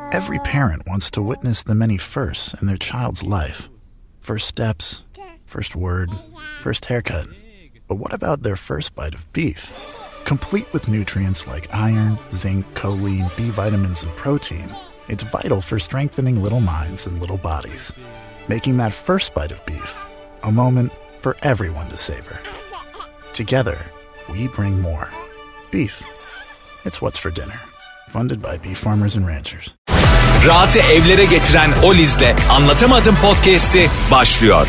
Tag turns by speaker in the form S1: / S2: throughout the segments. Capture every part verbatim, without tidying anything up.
S1: Every parent wants to witness the many firsts in their child's life. First steps, first word, first haircut. But what about their first bite of beef? Complete with nutrients like iron, zinc, choline, B vitamins, and protein, it's vital for strengthening little minds and little bodies, making that first bite of beef a moment for everyone to savor. Together, we bring more. Beef. It's what's for dinner. Funded by Beef Farmers and Ranchers.
S2: Rahat'ı evlere getiren Oliz'le Anlatamadım podcast'i başlıyor.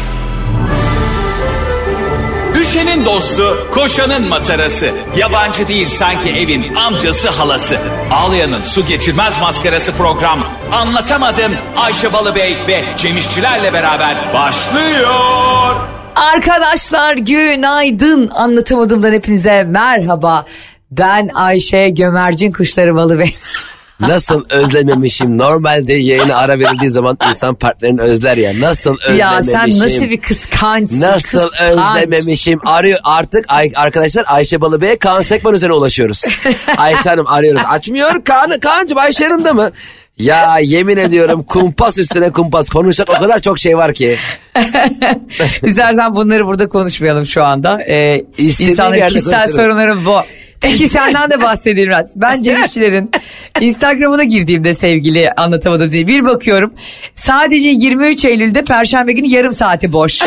S2: Düşenin dostu, koşanın matarası. Yabancı değil sanki evin amcası halası. Ağlayanın su geçirmez maskarası program. Anlatamadım Ayşe Balıbey ve Cem İşçilerle beraber başlıyor.
S3: Arkadaşlar günaydın. Anlatamadımdan hepinize merhaba. Ben Ayşe Gömercin Kuşları Balıbey.
S4: Nasıl özlememişim. Normalde yayına ara verildiği zaman insan partnerini özler ya. Nasıl özlememişim.
S3: Ya sen nasıl bir kıskanç.
S4: Nasıl kıskanç. Özlememişim. Arıyor artık ay, arkadaşlar Ayşe Balıbey'e Kaan Sekman üzerine ulaşıyoruz. Ayşe Hanım arıyoruz. Açmıyor. Kaan, Kaan'cığım Ayşe yanında mı? Ya yemin ediyorum kumpas üstüne kumpas. Konuşacak o kadar çok şey var ki.
S3: İstersen bunları burada konuşmayalım şu anda. Ee, İnsanların kişisel sorunları bu. Peki senden de bahsedilmez. Ben Cem İşçilerin Instagram'ına girdiğimde sevgili Anlatamadım diye bir bakıyorum. Sadece yirmi üç Eylül'de Perşembe günü yarım saati boş.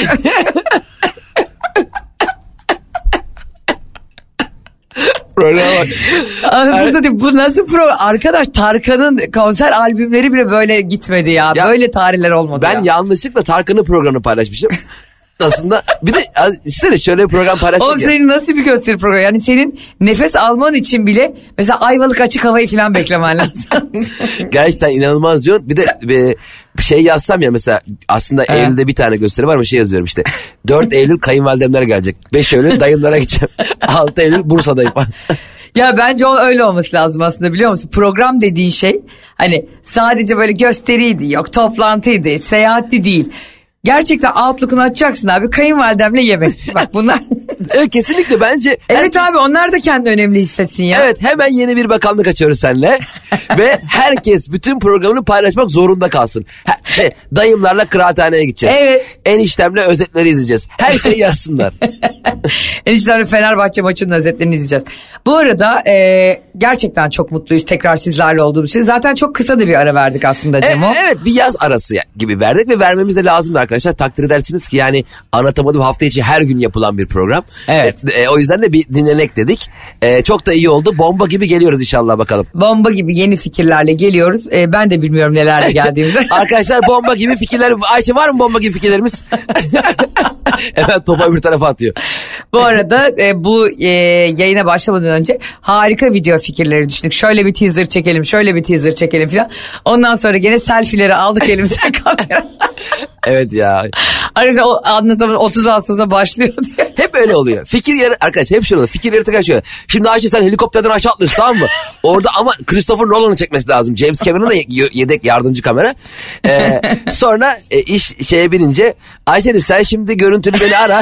S3: Anlatamadım. Bu nasıl pro? Arkadaş Tarkan'ın konser albümleri bile böyle gitmedi ya. ya böyle tarihler olmadı
S4: ben
S3: ya. Ben
S4: yanlışlıkla Tarkan'ın programını paylaşmışım. Aslında bir de işte şöyle bir program paylaştık.
S3: Oğlum
S4: ya.
S3: Senin nasıl bir gösteri programı? Yani senin nefes alman için bile mesela Ayvalık açık havayı falan beklemen lazım.
S4: Gerçekten inanılmaz diyor. Bir de bir, bir şey yazsam ya mesela aslında evet. Eylül'de bir tane gösteri var ama şey yazıyorum işte. dört Eylül kayınvalidemler gelecek. beş Eylül dayımlara gideceğim. altı Eylül Bursa'dayım.
S3: Ya bence o öyle olması lazım aslında biliyor musun? Program dediğin şey hani sadece böyle gösteriydi, yok toplantıydı, seyahatti değil. Gerçekten Outlook'unu açacaksın abi. Kayınvalidemle yemek. Bak bunlar.
S4: Evet kesinlikle bence.
S3: Evet
S4: herkes...
S3: abi onlar da kendi önemli hissetsin ya.
S4: Evet hemen yeni bir bakanlık açıyoruz seninle. Ve herkes bütün programını paylaşmak zorunda kalsın. Her, şey, dayımlarla kıraathaneye gideceğiz.
S3: Evet.
S4: Eniştemle özetleri izleyeceğiz. Her şeyi yazsınlar.
S3: Eniştemle Fenerbahçe maçının özetlerini izleyeceğiz. Bu arada e, gerçekten çok mutluyuz tekrar sizlerle olduğumuz için. Zaten çok kısa da bir ara verdik aslında Cemo.
S4: E, evet bir yaz arası gibi verdik ve vermemiz de lazımdı arkadaşlar. Arkadaşlar takdir edersiniz ki yani Anlatamadım hafta içi her gün yapılan bir program.
S3: Evet.
S4: E, e, o yüzden de bir dinlenek dedik. E, çok da iyi oldu. Bomba gibi geliyoruz inşallah bakalım.
S3: Bomba gibi yeni fikirlerle geliyoruz. E, ben de bilmiyorum nelerle geldiğimizi.
S4: Arkadaşlar bomba gibi fikirler. Ayşe var mı bomba gibi fikirlerimiz? Evet topa öbür tarafa atıyor.
S3: Bu arada e, bu e, yayına başlamadan önce harika video fikirleri düşündük. Şöyle bir teaser çekelim, şöyle bir teaser çekelim falan. Ondan sonra gene selfie'leri aldık elimize kamera.
S4: Evet ya.
S3: Ayrıca o Anlatamadım otuz Ağustos'ta başlıyor diye.
S4: Hep öyle oluyor. Fikir yarı arkadaşlar hep şöyle oluyor. Fikir yarı şöyle. Şimdi Ayşe sen helikopterden aşağı atlıyorsun tamam mı? Orada ama Christopher Nolan'ı çekmesi lazım. James Cameron'ın da yedek yardımcı kamera. Ee, sonra e, iş şeye binince Ayşe'nim sen şimdi görüntülü beni ara.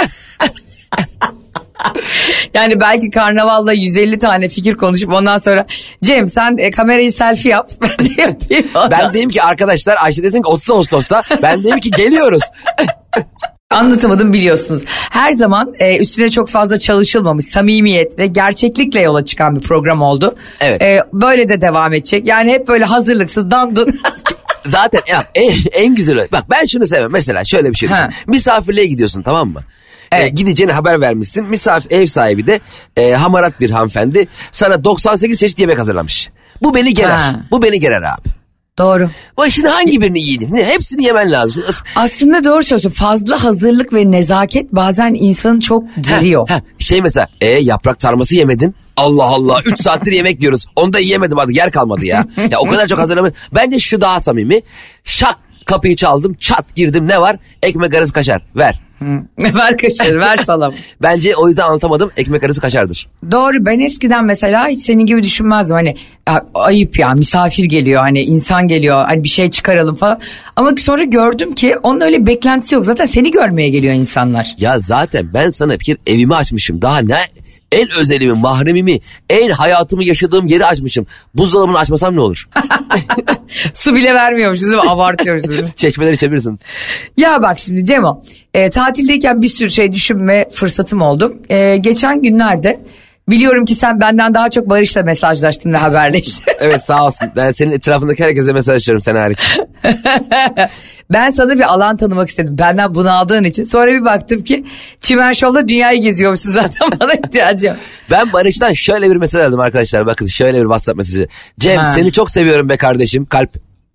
S3: Yani belki karnavalda yüz elli tane fikir konuşup ondan sonra Cem sen e, kamerayı selfie yap. Ben de yapayım.
S4: Ben diyeyim ki arkadaşlar Ayşe desin ki otuz Ağustos'ta ben diyeyim ki geliyoruz.
S3: Anlatamadım biliyorsunuz. Her zaman e, üstüne çok fazla çalışılmamış samimiyet ve gerçeklikle yola çıkan bir program oldu.
S4: Evet.
S3: E, böyle de devam edecek. Yani hep böyle hazırlıksız dandun.
S4: Zaten ya, en, en güzeli. Bak ben şunu sevmem. Mesela şöyle bir şey düşün. Misafirliğe gidiyorsun tamam mı? Evet. E, gideceğini haber vermişsin. Misafir ev sahibi de e, hamarat bir hanımefendi sana doksan sekiz çeşit yemek hazırlamış. Bu beni gerer. Ha. Bu beni gerer abi.
S3: Doğru.
S4: Bu şimdi hangi birini yiyeyim? Hepsini yemen lazım.
S3: Aslında doğru söylüyorsun. Fazla hazırlık ve nezaket bazen insanı çok geriyor.
S4: Ha, ha. Şey mesela e, yaprak sarması yemedin. Allah Allah üç saattir yemek yiyoruz. Onu da yiyemedim artık yer kalmadı ya. Ya o kadar çok hazırlamadım. Bence şu daha samimi. Şak kapıyı çaldım çat girdim ne var? Ekmek arası kaşar ver.
S3: Ver kaşar ver salam.
S4: Bence o yüzden Anlatamadım ekmek arası kaşardır.
S3: Doğru ben eskiden mesela hiç senin gibi düşünmezdim. Hani ya, ayıp ya misafir geliyor hani insan geliyor hani bir şey çıkaralım falan. Ama sonra gördüm ki onun öyle beklentisi yok. Zaten seni görmeye geliyor insanlar.
S4: Ya zaten ben sana bir kere evimi açmışım daha ne... En özelimi, mahremimi, en hayatımı yaşadığım yeri açmışım. Buzdolabını açmasam ne olur?
S3: Su bile vermiyormuşuz değil mi? Abartıyoruz.
S4: Çeşmeler içebilirsiniz.
S3: Ya bak şimdi Cemo, e, tatildeyken bir sürü şey düşünme fırsatım oldu. E, geçen günlerde biliyorum ki sen benden daha çok Barış'la mesajlaştın ve haberleştin.
S4: Evet, sağ olsun. Ben senin etrafındaki herkese mesajlaşıyorum, sen hariç.
S3: Ben sana bir alan tanımak istedim. Benden bunu aldığın için. Sonra bir baktım ki Çimen Show'la dünyayı geziyormuşsun, zaten bana ihtiyacım yok.
S4: Ben Barış'tan şöyle bir mesaj aldım arkadaşlar. Bakın şöyle bir WhatsApp mesajı. Cem, ha. Seni çok seviyorum be kardeşim. Kalp.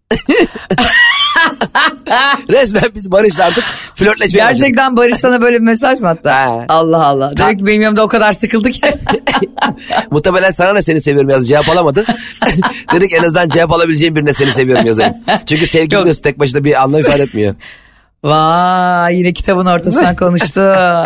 S4: Resmen biz Barış'la artık flörtleşmeye başladık.
S3: Gerçekten Barış sana böyle bir mesaj mı attı? Ha. Allah Allah. Demek ki benim yanımda o kadar sıkıldı ki.
S4: Muhtemelen sana da seni seviyorum yazdı, cevap alamadı. Dedik en azından cevap alabileceğim birine seni seviyorum yazayım. Çünkü sevgi biliyorsun, tek başına bir anlam ifade etmiyor.
S3: Vay, yine kitabın ortasından konuştu.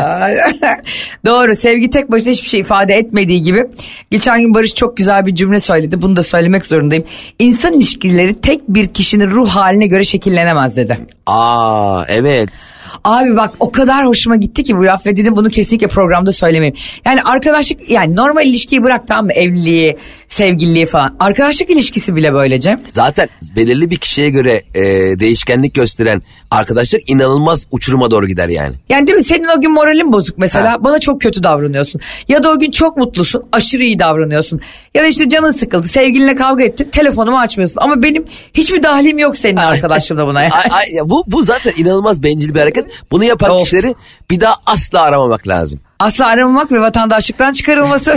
S3: Doğru, sevgi tek başına hiçbir şey ifade etmediği gibi. Geçen gün Barış çok güzel bir cümle söyledi. Bunu da söylemek zorundayım. İnsan ilişkileri tek bir kişinin ruh haline göre şekillenemez dedi.
S4: Aa evet.
S3: Abi bak, o kadar hoşuma gitti ki bu laf ve dedim bunu kesinlikle programda söylemeyeyim. Yani arkadaşlık, yani normal ilişkiyi bırak, tamam mı, evliliği, sevgililiği falan. Arkadaşlık ilişkisi bile böylece.
S4: Zaten belirli bir kişiye göre e, değişkenlik gösteren arkadaşlık inanılmaz uçuruma doğru gider yani.
S3: Yani değil mi, senin o gün moralin bozuk mesela, ha. Bana çok kötü davranıyorsun. Ya da o gün çok mutlusun, aşırı iyi davranıyorsun. Ya da işte canın sıkıldı, sevgilinle kavga ettin, telefonumu açmıyorsun. Ama benim hiçbir dahlim yok senin arkadaşlığımda buna. Yani.
S4: Ay, ay, bu, bu zaten inanılmaz bencil bir hareket. Bunu yapan of. Kişileri bir daha asla aramamak lazım.
S3: Asla aramamak ve vatandaşlıktan çıkarılması.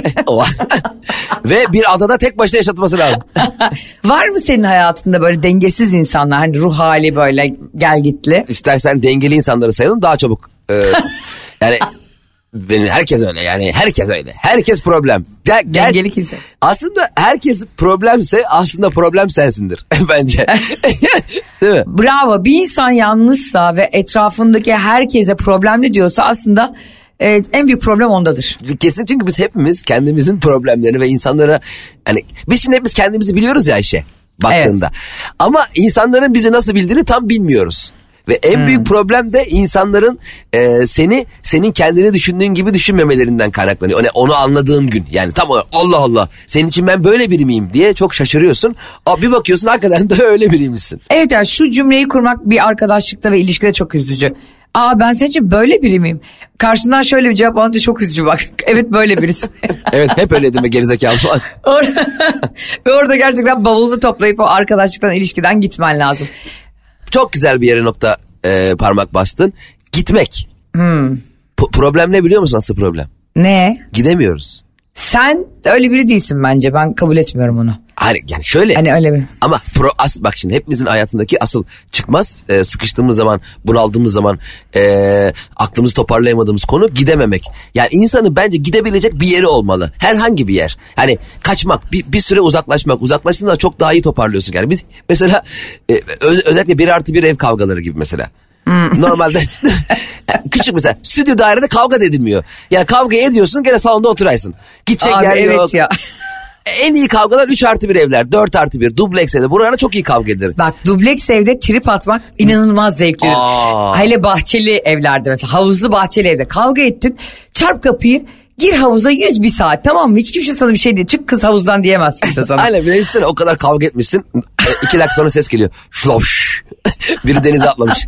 S4: Ve bir adada tek başına yaşatması lazım.
S3: Var mı senin hayatında böyle dengesiz insanlar, hani ruh hali böyle gelgitli?
S4: İstersen dengeli insanları sayalım daha çabuk. Ee, yani benim herkes öyle, yani herkes öyle. Herkes problem. Gel, gel.
S3: Dengeli kimse.
S4: Aslında herkes problemse aslında problem sensindir bence. Değil mi?
S3: Bravo. Bir insan yalnızsa ve etrafındaki herkese problemli diyorsa aslında e, en büyük problem ondadır.
S4: Kesin, çünkü biz hepimiz kendimizin problemlerini ve insanlara, hani biz şimdi hepimiz kendimizi biliyoruz ya Ayşe baktığında. Evet. Ama insanların bizi nasıl bildiğini tam bilmiyoruz. Ve en hmm. büyük problem de insanların e, seni senin kendini düşündüğün gibi düşünmemelerinden kaynaklanıyor. Yani onu anladığın gün, yani tam olarak Allah Allah senin için ben böyle biri miyim diye çok şaşırıyorsun. Aa, bir bakıyorsun hakikaten de öyle biriymişsin.
S3: Evet, yani şu cümleyi kurmak bir arkadaşlıkta ve ilişkide çok üzücü. Aa, ben senin için böyle biri miyim? Karşından şöyle bir cevap alınca çok üzücü bak. Evet, böyle birisin.
S4: Evet, hep öyle değil mi gerizekalı falan.
S3: Ve orada gerçekten bavulunu toplayıp o arkadaşlıktan, ilişkiden gitmen lazım.
S4: Çok güzel bir yere nokta e, parmak bastın. Gitmek. Hmm. P- problem ne biliyor musun, asıl problem?
S3: Ne?
S4: Gidemiyoruz.
S3: Sen öyle biri değilsin bence. Ben kabul etmiyorum onu.
S4: Hayır, yani şöyle.
S3: Hani öyle bir.
S4: Ama pro, as, bak şimdi hepimizin hayatındaki asıl çıkmaz e, sıkıştığımız zaman, bunaldığımız zaman e, aklımızı toparlayamadığımız konu gidememek. Yani insanın bence gidebilecek bir yeri olmalı. Herhangi bir yer. Hani kaçmak, bir, bir süre uzaklaşmak. Uzaklaştığında çok daha iyi toparlıyorsun. Yani biz mesela e, öz, özellikle bir artı bir ev kavgaları gibi mesela. Hmm. Normalde küçük mesela stüdyo dairede kavga da edilmiyor. Yani kavga ediyorsun, gene salonda oturaysın. Gidecek
S3: abi,
S4: yer
S3: evet
S4: yok.
S3: Ya.
S4: En iyi kavgalar üç artı bir evler, dört artı bir, dubleks evler. Buralarda çok iyi kavga edilir.
S3: Bak, dubleks evde trip atmak inanılmaz zevkli. Hele bahçeli evlerde mesela, havuzlu bahçeli evde kavga ettin. Çarp kapıyı, gir havuza yüz bir saat, tamam mı? Hiç kimse sana bir şey değil. Çık kız havuzdan diyemezsin sana.
S4: Aynen, bir o kadar kavga etmişsin. İki dakika sonra ses geliyor. Şloş. Biri denize atlamış.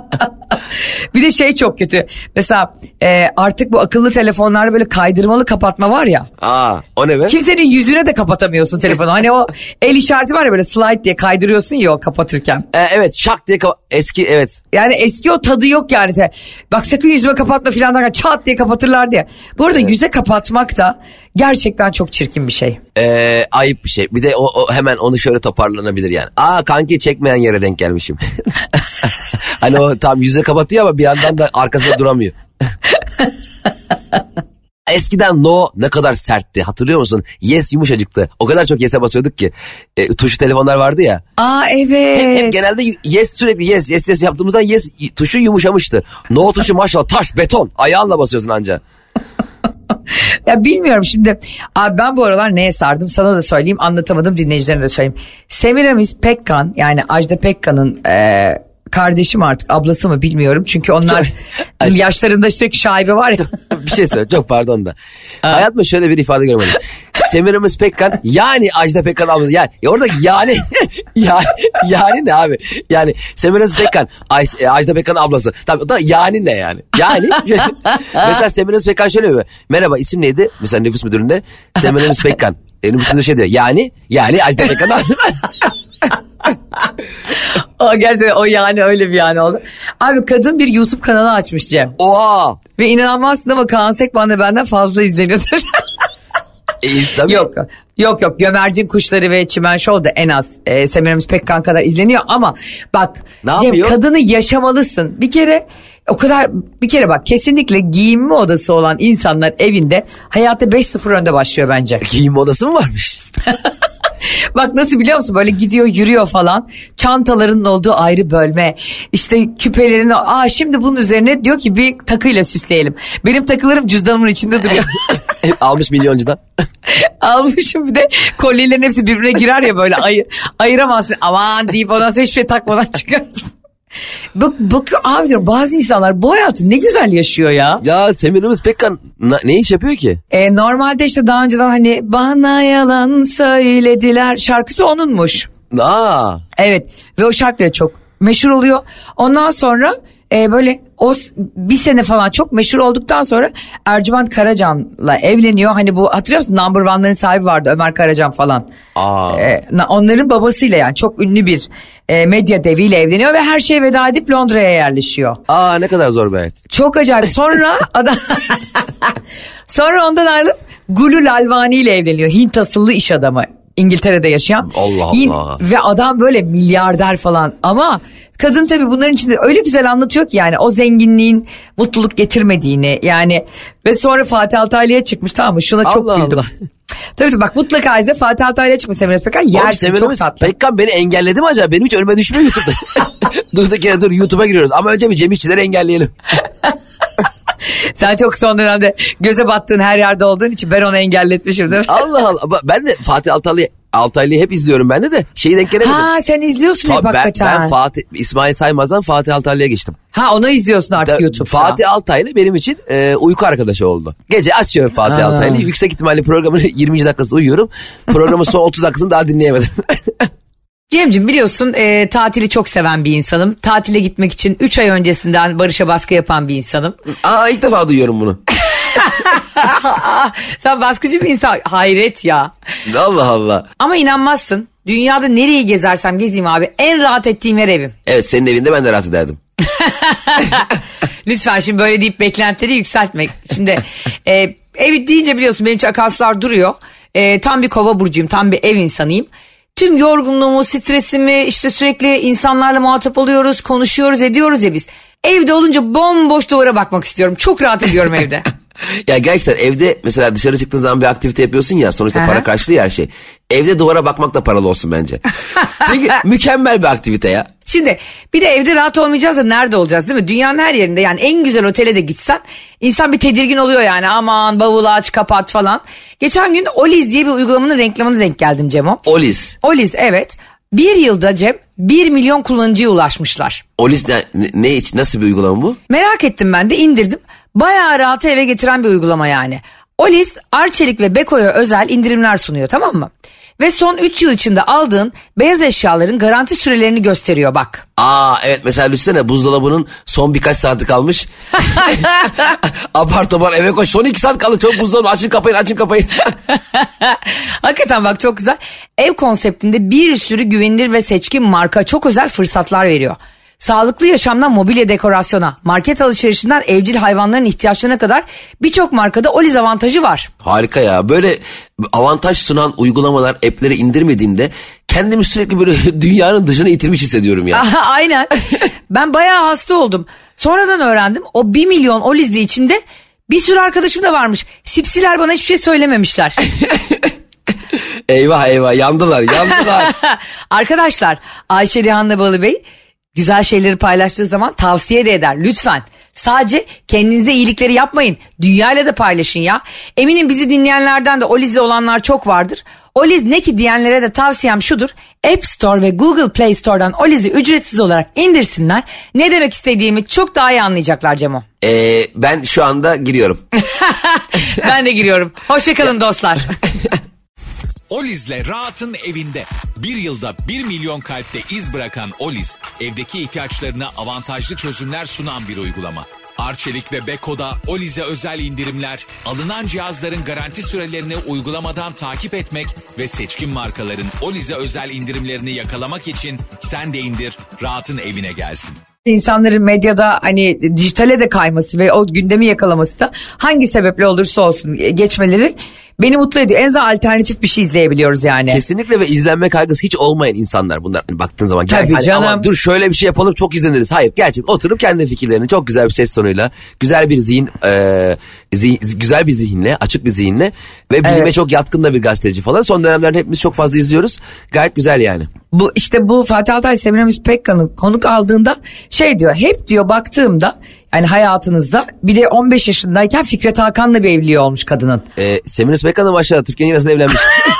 S3: Bir de şey çok kötü. Mesela e, artık bu akıllı telefonlarda böyle kaydırmalı kapatma var ya.
S4: Aa, o ne be?
S3: Kimsenin yüzüne de kapatamıyorsun telefonu. Hani o el işareti var ya, böyle slide diye kaydırıyorsun ya o kapatırken.
S4: E, evet, şak diye kapa- eski evet.
S3: Yani eski o tadı yok yani. Bak sakın yüzüme kapatma filan derken çat diye kapatırlar diye. Bu arada evet. Yüze kapatmak da gerçekten çok çirkin bir şey.
S4: Ee, ayıp bir şey. Bir de o, o hemen onu şöyle toparlanabilir yani. Aa kanki, çekmeyen yere denk gelmişim. Hani o tam yüze kapatıyor ama bir yandan da arkasında duramıyor. Eskiden no ne kadar sertti, hatırlıyor musun? Yes yumuşacıktı. O kadar çok yes'e basıyorduk ki. E, tuşu telefonlar vardı ya.
S3: Aa evet.
S4: Hep, hep genelde yes, sürekli yes yes yes yaptığımızdan yes tuşu yumuşamıştı. No tuşu maşallah taş beton, ayağınla basıyorsun anca.
S3: Ya bilmiyorum şimdi. Abi ben bu aralar neye sardım sana da söyleyeyim, anlatamadım, dinleyicilerine de söyleyeyim. Semiramis Pekkan, yani Ajda Pekkan'ın e, kardeşim artık, ablası mı bilmiyorum. Çünkü onlar yaşlarında sürekli şaibe var ya.
S4: Bir şey söyle, çok pardon da. Hayatıma şöyle bir ifade görmedim. Semiramis Pekkan yani Ajda Pekkan ablası. Yani ya orada yani yani yani ne abi? Yani Semiramis Pekkan Aj, Ajda Pekkan ablası. Tabii da yani ne yani? Yani mesela Semiramis Pekkan şöyle mi? Merhaba, isim neydi? Mesela nüfus müdüründe Semiramis Pekkan. E, nüfus müdürü şey diyor. Yani yani Ajda Pekkan ablası.
S3: O gerçekten o yani öyle bir yani oldu. Abi kadın bir YouTube kanalı açmış Cem.
S4: Oha.
S3: Ve inanamazsın ama Kaan Sekban da benden fazla izleniyordur.
S4: E, tabii.
S3: Yok yok yok Gömercin Kuşları ve Çimen Show da en az e, Semiramis Pekkan kadar izleniyor ama bak
S4: ne
S3: Cem
S4: yapıyor?
S3: Kadını yaşamalısın. Bir kere o kadar bir kere bak kesinlikle giyinme odası olan insanlar evinde hayata beş sıfır önde başlıyor bence.
S4: Giyinme odası mı varmış?
S3: Bak nasıl biliyor musun, böyle gidiyor yürüyor falan, çantalarının olduğu ayrı bölme, işte küpelerin, aa şimdi bunun üzerine diyor ki bir takıyla süsleyelim. Benim takılarım cüzdanımın içinde duruyor.
S4: Almış milyoncudan.
S3: Almışım, bir de kolyelerin hepsi birbirine girer ya böyle ayır, ayıramazsın aman deyip ondan sonra hiçbir şey takmadan çıkarsın. Bak, bak abi diyorum, bazı insanlar bu hayatı ne güzel yaşıyor ya.
S4: Ya Semiramis Pekkan ne iş yapıyor ki?
S3: E, normalde işte daha önceden hani bana yalan söylediler şarkısı onunmuş.
S4: Aa.
S3: Evet ve o şarkıyla çok meşhur oluyor. Ondan sonra e, böyle o bir sene falan çok meşhur olduktan sonra Ercüment Karacan'la evleniyor. Hani bu hatırlıyor musun? Number One'ların sahibi vardı, Ömer Karacan falan.
S4: Aa.
S3: E, onların babasıyla, yani çok ünlü bir e, medya deviyle evleniyor ve her şeye veda edip Londra'ya yerleşiyor.
S4: Aa, ne kadar zor bir hayat.
S3: Çok acayip. Sonra adam sonra ondan ayrılıp Gulu Lalvani ile evleniyor. Hint asıllı iş adamı. İngiltere'de yaşayan.
S4: Allah
S3: Hint,
S4: Allah.
S3: ve adam böyle milyarder falan. Ama kadın tabii bunların içinde öyle güzel anlatıyor ki yani o zenginliğin mutluluk getirmediğini yani. Ve sonra Fatih Altaylı'ya çıkmış, tamam mı? Şuna çok
S4: Allah
S3: güldüm.
S4: Allah.
S3: Tabii tabii bak mutlaka izle, Fatih Altaylı'ya çıkmış Semiramis Pekkan. Yersin, çok tatlı.
S4: Pekkan beni engelledi mi acaba? Benim hiç önüme düşmüyor YouTube'da. Durduk yere dur YouTube'a giriyoruz. Ama önce bir Cem İşçileri engelleyelim.
S3: Sen çok son dönemde göze battığın her yerde olduğun için ben onu engelletmişim değil mi?
S4: Allah Allah. Ben de Fatih Altaylı'yı Altaylı'yı hep izliyorum ben de de şeyi denk gelemedim.
S3: Ha sen izliyorsun hep
S4: ben,
S3: hakikaten.
S4: ben Fatih İsmail Saymaz'dan Fatih Altaylı'ya geçtim.
S3: Ha onu izliyorsun artık
S4: da,
S3: YouTube'da.
S4: Fatih Altaylı benim için e, uyku arkadaşı oldu. Gece açıyorum Fatih Altaylı'yı. Yüksek ihtimalle programın yirminci dakikası uyuyorum. Programın son otuz dakikasını daha dinleyemedim.
S3: Cemciğim biliyorsun e, tatili çok seven bir insanım. Tatile gitmek için üç ay öncesinden Barış'a baskı yapan bir insanım.
S4: Aa, ilk defa duyuyorum bunu.
S3: Sen baskıcı bir insan. Hayret ya.
S4: Allah Allah.
S3: Ama inanmazsın. Dünyada nereyi gezersem gezeyim abi, en rahat ettiğim yer evim.
S4: Evet, senin evinde ben de rahat ederdim.
S3: Lütfen şimdi böyle deyip beklentileri yükseltmek. Şimdi e, ev deyince biliyorsun benim için akaslar duruyor. E, tam bir kova burcuyum, tam bir ev insanıyım. Tüm yorgunluğumu, stresimi, işte sürekli insanlarla muhatap oluyoruz, konuşuyoruz, ediyoruz ya biz. Evde olunca bomboş duvara bakmak istiyorum. Çok rahat ediyorum evde.
S4: Ya gerçekten evde mesela dışarı çıktığın zaman bir aktivite yapıyorsun ya, sonuçta
S3: Aha.
S4: para karşılıyor her şey. Evde duvara bakmak da paralı olsun bence. Çünkü mükemmel bir aktivite ya.
S3: Şimdi bir de evde rahat olmayacağız da nerede olacağız değil mi? Dünyanın her yerinde, yani en güzel otele de gitsen insan bir tedirgin oluyor yani, aman bavulu aç kapat falan. Geçen gün Oliz diye bir uygulamanın reklamına denk geldim Cemo.
S4: Oliz.
S3: Oliz evet. Bir yılda Cem bir milyon kullanıcıya ulaşmışlar.
S4: Oliz ne, ne, ne nasıl bir uygulama bu?
S3: Merak ettim, ben de indirdim. Bayağı rahatı eve getiren bir uygulama yani. Oliz, Arçelik ve Beko'ya özel indirimler sunuyor, tamam mı? Ve son üç yıl içinde aldığın beyaz eşyaların garanti sürelerini gösteriyor bak.
S4: Aa evet, mesela düşünsene buzdolabının son birkaç saati kalmış. Apar topar eve koş, son iki saat kaldı, çok buzdolabı açın kapayın açın kapayın.
S3: Hakikaten bak çok güzel. Ev konseptinde bir sürü güvenilir ve seçkin marka çok özel fırsatlar veriyor. Sağlıklı yaşamdan mobilya dekorasyona, market alışverişinden evcil hayvanların ihtiyaçlarına kadar birçok markada Oliz avantajı var.
S4: Harika ya, böyle avantaj sunan uygulamalar, app'leri indirmediğimde kendimi sürekli böyle dünyanın dışına itilmiş hissediyorum ya.
S3: Aynen. Ben bayağı hasta oldum. Sonradan öğrendim, o bir milyon Olizli içinde bir sürü arkadaşım da varmış. Sipsiler bana hiçbir şey söylememişler.
S4: Eyvah eyvah, yandılar yandılar.
S3: Arkadaşlar, Ayşe Rihanna Balıbey güzel şeyleri paylaştığı zaman tavsiye de eder. Lütfen Sadece kendinize iyilikleri yapmayın. Dünyayla da paylaşın ya. Eminim bizi dinleyenlerden de Oliz'de olanlar çok vardır. Oliz ne ki diyenlere de tavsiyem şudur. App Store ve Google Play Store'dan Oliz'i ücretsiz olarak indirsinler. Ne demek istediğimi çok daha iyi anlayacaklar Cemo.
S4: Ee, ben şu anda giriyorum.
S3: Ben de giriyorum. Hoşçakalın dostlar.
S2: Oliz'le rahatın evinde. Bir yılda bir milyon kalpte iz bırakan Oliz, evdeki ihtiyaçlarına avantajlı çözümler sunan bir uygulama. Arçelik ve Beko'da Oliz'e özel indirimler, alınan cihazların garanti sürelerini uygulamadan takip etmek ve seçkin markaların Oliz'e özel indirimlerini yakalamak için sen de indir, rahatın evine gelsin.
S3: İnsanların medyada hani dijitale de kayması ve o gündemi yakalaması da hangi sebeple olursa olsun geçmeleri beni mutlu ediyor. En azından alternatif bir şey izleyebiliyoruz yani.
S4: Kesinlikle ve izlenme kaygısı hiç olmayan insanlar bunlar. Hani baktığın zaman.
S3: Tabii
S4: hani,
S3: canım.
S4: Ama dur şöyle bir şey yapalım çok izleniriz. Hayır gerçekten oturup kendi fikirlerini çok güzel bir ses tonuyla, güzel bir zihin, e, zihin güzel bir zihinle, açık bir zihinle ve bilime evet. çok yatkın da bir gazeteci falan. Son dönemlerde hepimiz çok fazla izliyoruz. Gayet güzel yani.
S3: Bu işte bu Fatih Altay Semiramis Pekkan'ı konuk aldığında şey diyor, hep diyor baktığımda yani hayatınızda bir de on beş yaşındayken Fikret Hakan'la bir evliliği olmuş kadının.
S4: Ee, Semiramis Pekkan'la maşallah Türkiye'nin yarısında evlenmiş.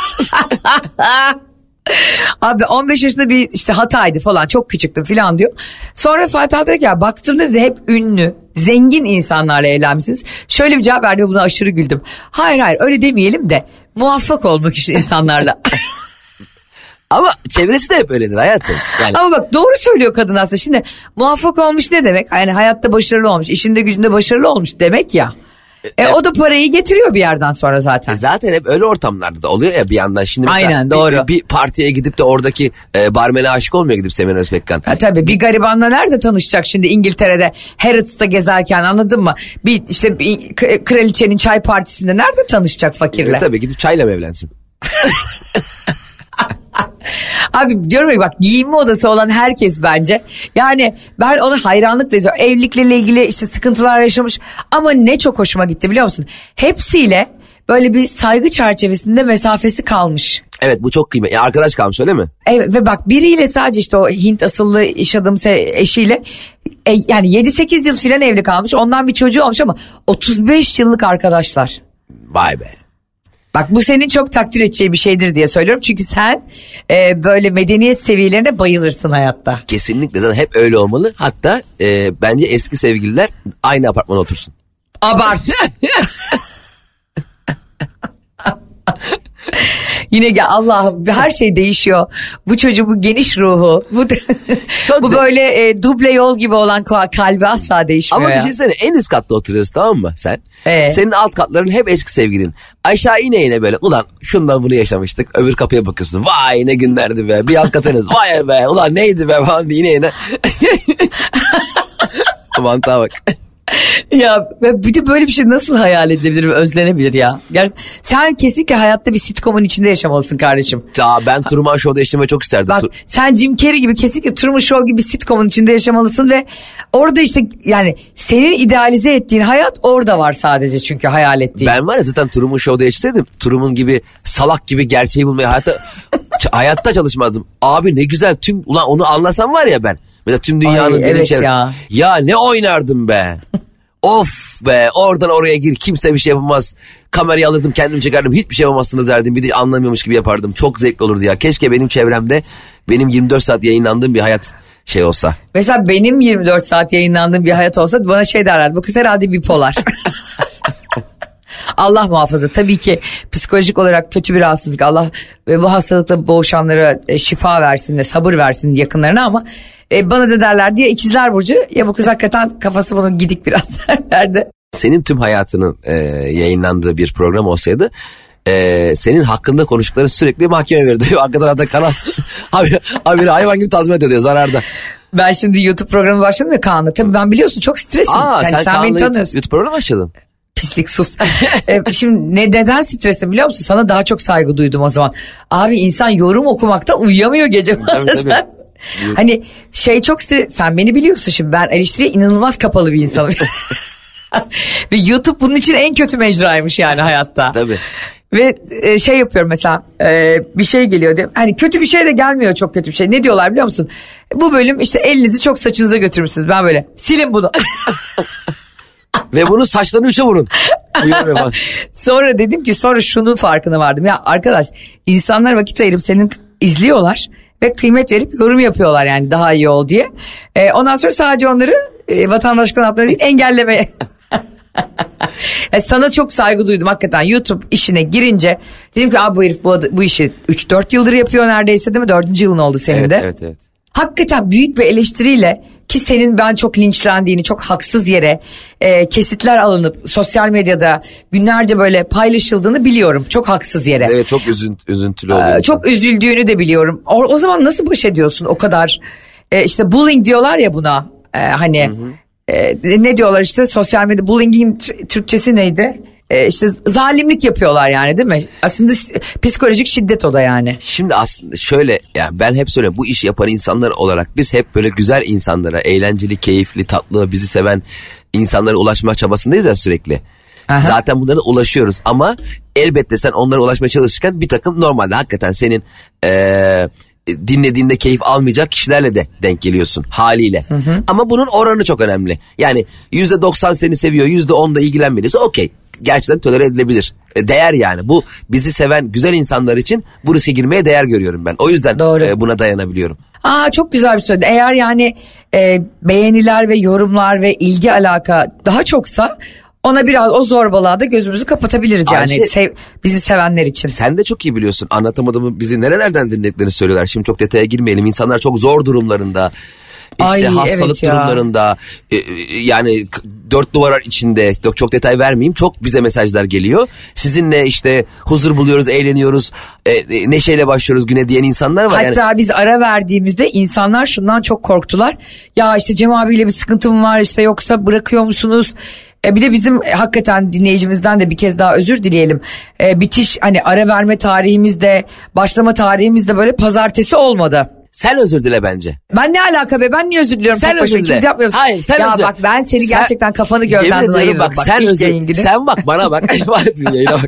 S3: Abi on beş yaşında bir işte hataydı falan, çok küçüktüm falan diyor. Sonra Fatih Altay ya baktığımda da hep ünlü, zengin insanlarla evlenmişsiniz. Şöyle bir cevap verdi, buna aşırı güldüm. Hayır hayır öyle demeyelim de muvaffak olmak için insanlarla.
S4: Ama çevresi de hep öyledir hayatım. Yani...
S3: Ama bak doğru söylüyor kadın aslında. Şimdi muvaffak olmuş ne demek? Yani hayatta başarılı olmuş, işinde gücünde başarılı olmuş demek ya. E, e o da parayı getiriyor bir yerden sonra zaten.
S4: E zaten hep öyle ortamlarda da oluyor ya bir yandan. Şimdi mesela
S3: aynen, doğru.
S4: Bir, bir partiye gidip de oradaki e, barmene aşık olmuyor gidip Semiramis Pekkan.
S3: Ha, tabii bir garibanla nerede tanışacak şimdi İngiltere'de Harrods'ta gezerken, anladın mı? Bir işte bir kraliçenin çay partisinde nerede tanışacak fakirle?
S4: E, tabii gidip çayla mı evlensin?
S3: Abi diyorum ya bak, giyinme odası olan herkes bence. Yani ben ona hayranlıkla izliyorum. Evliliklerle ilgili işte sıkıntılar yaşamış ama ne çok hoşuma gitti biliyor musun? Hepsiyle böyle bir saygı çerçevesinde mesafesi kalmış.
S4: Evet, bu çok kıymetli. Yani arkadaş kalmış öyle mi?
S3: Evet ve bak biriyle sadece işte o Hint asıllı iş adamı eşiyle e, yani yedi sekiz yıl filan evli kalmış. Ondan bir çocuğu olmuş ama otuz beş yıllık arkadaşlar.
S4: Vay be.
S3: Bak bu senin çok takdir edeceği bir şeydir diye söylüyorum. Çünkü sen e, böyle medeniyet seviyelerine bayılırsın hayatta.
S4: Kesinlikle, zaten hep öyle olmalı. Hatta e, bence eski sevgililer aynı apartmana otursun.
S3: Abart. Yine gel Allah'ım, her şey değişiyor. Bu çocuğun bu geniş ruhu, bu bu böyle e, duble yol gibi olan kalbi asla değişmiyor.
S4: Ama
S3: ya.
S4: düşünsene, en üst katta oturuyorsun tamam mı sen?
S3: Ee?
S4: Senin alt katların hep eski sevgilin. Aşağı ine ine böyle ulan şundan bunu yaşamıştık. Öbür kapıya bakıyorsun. Vay ne günlerdi be. Bir alt katınız. Vay be ulan neydi be falan diye ine ine. Mantığa bak.
S3: Ya bir de böyle bir şey nasıl hayal edilebilir ve özlenebilir ya? Ger- sen kesinlikle hayatta bir sitcomun içinde yaşamalısın kardeşim.
S4: Ya ben Truman Show'da yaşamayı çok isterdim.
S3: Bak sen Jim Carrey gibi kesinlikle Truman Show gibi bir sitcomun içinde yaşamalısın ve orada işte yani senin idealize ettiğin hayat orada var sadece, çünkü hayal ettiğin.
S4: Ben var ya zaten Truman Show'da yaşasaydım Truman gibi salak gibi gerçeği bulmaya hayatta hayatta çalışmazdım. Abi ne güzel, tüm ulan onu anlasam var ya ben. Mesela tüm dünyanın
S3: Ay,
S4: benim
S3: evet
S4: çevrem.
S3: Ya.
S4: ya ne oynardım be. Of be, oradan oraya gir, kimse bir şey yapamaz. Kamerayı alırdım, kendim çekerdim, hiçbir şey yapamazsınız derdim. Bir de anlamıyormuş gibi yapardım. Çok zevkli olurdu ya. Keşke benim çevremde benim yirmi dört saat yayınlandığım bir hayat şey olsa.
S3: Mesela benim yirmi dört saat yayınlandığım bir hayat olsa bana şey derlerdi. Bu kız herhalde bipolar. Allah muhafaza, tabii ki psikolojik olarak kötü bir rahatsızlık. Allah ve bu hastalıkla boğuşanlara şifa versin ve sabır versin yakınlarına, ama e, bana da derler diye ikizler burcu, ya bu kız hakikaten kafası bunun gidik biraz derlerdi.
S4: Senin tüm hayatının e, yayınlandığı bir program olsaydı e, senin hakkında konuştukları sürekli mahkeme verirdi. Arka tarafta kanal haberi, haberi hayvan gibi tazminat ödüyor zararda.
S3: Ben şimdi YouTube programı başladım ya Kaan'la. Tabii ben biliyorsun çok stresim.
S4: Aa,
S3: yani
S4: sen,
S3: sen beni tanıyorsun.
S4: YouTube programı başladın.
S3: Pislik sus. ee, şimdi ne, neden stresim biliyor musun? Sana daha çok saygı duydum o zaman. Abi insan yorum okumakta uyuyamıyor gece.
S4: Tabii, tabii.
S3: Hani şey çok stres... Sen beni biliyorsun şimdi, ben eleştiriye inanılmaz kapalı bir insanım. Ve YouTube bunun için en kötü mecraymış yani hayatta.
S4: Tabii.
S3: Ve e, şey yapıyorum mesela, e, bir şey geliyor diye. Hani kötü bir şey de gelmiyor, çok kötü bir şey. Ne diyorlar biliyor musun? Bu bölüm işte elinizi çok saçınıza götürmüşsünüz. Ben böyle silin bunu.
S4: Ve bunu saçlarını üçe vurun.
S3: Sonra dedim ki sonra şunun farkına vardım. Ya arkadaş insanlar vakit ayırıp senin izliyorlar ve kıymet verip yorum yapıyorlar yani daha iyi ol diye. Ee, ondan sonra sadece onları e, vatandaşlık kanatları değil engellemeye. Yani sana çok saygı duydum hakikaten. YouTube işine girince dedim ki abi bu herif bu, bu işi üç dört yıldır yapıyor neredeyse değil mi? dördüncü yılın oldu senin
S4: evet,
S3: de.
S4: Evet evet.
S3: Hakikaten büyük bir eleştiriyle ki senin ben çok linçlendiğini, çok haksız yere e, kesitler alınıp sosyal medyada günlerce böyle paylaşıldığını biliyorum. Çok haksız yere.
S4: Evet çok üzünt, üzüntülü oluyor.
S3: Ee, çok üzüldüğünü de biliyorum. O, o zaman nasıl baş ediyorsun o kadar? E, işte bullying diyorlar ya buna. E, hani e, ne diyorlar işte sosyal medya bullying'in Türkçesi neydi? Ee, işte zalimlik yapıyorlar yani değil mi? Aslında psikolojik şiddet o da yani.
S4: Şimdi aslında şöyle yani ben hep söylüyorum bu işi yapan insanlar olarak biz hep böyle güzel insanlara, eğlenceli, keyifli, tatlı, bizi seven insanlara ulaşma çabasındayız ya sürekli. Aha. Zaten bunlara ulaşıyoruz ama elbette sen onlara ulaşmaya çalışırken bir takım normalde hakikaten senin ee, dinlediğinde keyif almayacak kişilerle de denk geliyorsun haliyle. Hı hı. Ama bunun oranı çok önemli. Yani yüzde doksan seni seviyor, yüzde on da ilgilenmediyse okey. Gerçekten tolere edilebilir. E, değer yani. Bu bizi seven güzel insanlar için bu riske girmeye değer görüyorum ben. O yüzden e, buna dayanabiliyorum.
S3: Aa çok güzel bir söz. Eğer yani e, beğeniler ve yorumlar ve ilgi alaka daha çoksa ona biraz o zorbalığa da gözümüzü kapatabiliriz yani Ayşe, sev, bizi sevenler için.
S4: Sen de çok iyi biliyorsun. Anlatamadığımı bizi nerelerden dinlediklerini söylüyorlar. Şimdi çok detaya girmeyelim. İnsanlar çok zor durumlarında. İşte Ay, hastalık evet durumlarında e, yani dört duvar içinde çok detay vermeyeyim çok bize mesajlar geliyor. Sizinle işte huzur buluyoruz, eğleniyoruz, e, neşeyle başlıyoruz güne diyen insanlar var.
S3: Hatta
S4: yani...
S3: biz ara verdiğimizde insanlar şundan çok korktular. Ya işte Cem abiyle bir sıkıntım var işte yoksa bırakıyor musunuz? E bir de bizim e, hakikaten dinleyicimizden de bir kez daha özür dileyelim. E, bitiş hani ara verme tarihimizde başlama tarihimizde böyle pazartesi olmadı.
S4: Sen özür dile bence.
S3: Ben ne alaka be? Ben niye özür diliyorum?
S4: Sen özür dile.
S3: Hayır sen ya özür. Ya bak ben seni sen, gerçekten kafanı gövdenden ayırırım.
S4: Bak, bak sen özür. Sen bak bana bak. Yayına bak.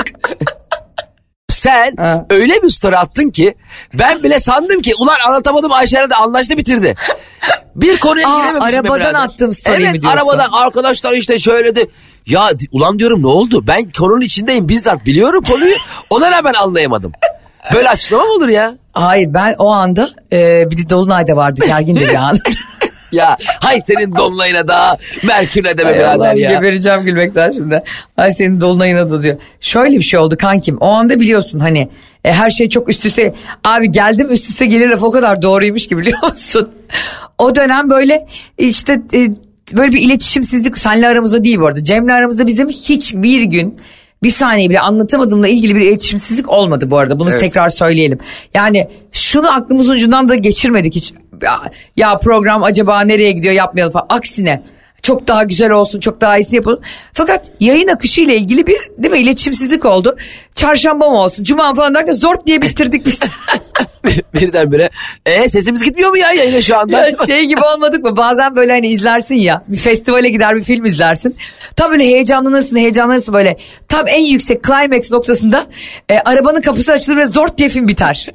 S4: Sen ha. öyle bir story attın ki ben bile sandım ki ulan anlatamadım Ayşe'yle de anlaştı bitirdi. Bir konuya
S3: Aa,
S4: girememişim.
S3: Arabadan attım story
S4: evet,
S3: mi diyorsun?
S4: Arabadan arkadaşlar işte şöyle de. Ya ulan diyorum ne oldu? Ben konunun içindeyim bizzat biliyorum konuyu. Ona rağmen anlayamadım. Böyle açıklama mı olur ya?
S3: Hayır ben o anda e, bir de Dolunay'da vardı gergin de bir an.
S4: Ya hay senin Dolunay'ına da Merkür'e deme birader ya.
S3: Gebereceğim gülmekten şimdi. Hay senin Dolunay'ına da diyor. Şöyle bir şey oldu kankim o anda biliyorsun hani e, her şey çok üst üste. Abi geldim üst üste gelir laf o kadar doğruymuş ki biliyor musun? O dönem böyle işte e, böyle bir iletişimsizlik seninle aramızda değil bu arada. Cem'le aramızda bizim hiçbir gün bir saniye bile anlatamadığımla ilgili bir iletişimsizlik olmadı bu arada. Bunu evet. tekrar söyleyelim. Yani şunu aklımızın ucundan da geçirmedik hiç. Ya, ya program acaba nereye gidiyor yapmayalım falan. Aksine çok daha güzel olsun, çok daha iyisini yapalım. Fakat yayın akışıyla ilgili bir değil mi iletişimsizlik oldu. Çarşamba mı olsun, cuma falan derken zort diye bitirdik biz.
S4: Birdenbire e, sesimiz gitmiyor mu ya yayına şu anda?
S3: Ya şey gibi olmadık mı? Bazen böyle hani izlersin ya bir festivale gider bir film izlersin. Tam böyle heyecanlanırsın heyecanlanırsın böyle. Tam en yüksek climax noktasında e, arabanın kapısı açılır ve zort diye film biter.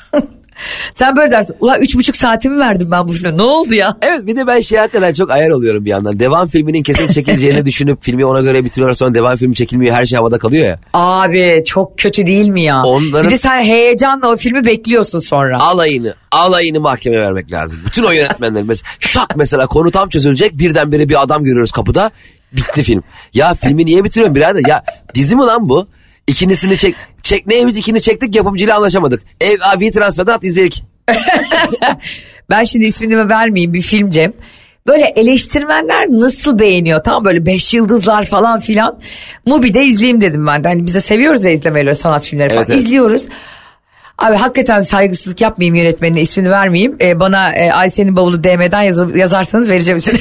S3: Sen böyle dersin. Ulan üç buçuk saatimi verdim ben bu filme. Ne oldu ya?
S4: Evet bir de ben şey hakikaten çok ayar oluyorum bir yandan. Devam filminin kesin çekileceğini düşünüp filmi ona göre bitiriyorlar sonra devam filmi çekilmiyor. Her şey havada kalıyor ya.
S3: Abi çok kötü değil mi ya? Onların... Bir de sen heyecanla o filmi bekliyorsun sonra.
S4: Alayını, alayını mahkemeye vermek lazım. Bütün o yönetmenler mesela şak mesela konu tam çözülecek birdenbire bir adam görüyoruz kapıda. Bitti film. Ya filmi niye bitiriyorsun birader? Ya dizi mi lan bu? İkincisini çek. Çek neyimiz ikini çektik yapımcıyla anlaşamadık. Ev abi transferden at izleyelim.
S3: Ben şimdi ismini vermeyeyim bir film Cem. Böyle eleştirmenler nasıl beğeniyor tam böyle beş yıldızlar falan filan. Mubi'de izleyeyim dedim ben de. Hani biz de seviyoruz ya izlemeyi öyle sanat filmleri falan. Evet, evet. İzliyoruz. Abi hakikaten saygısızlık yapmayayım yönetmenine ismini vermeyeyim. Ee, bana e, Ayşe'nin bavulu D M'den yaz- yazarsanız vereceğim ismini.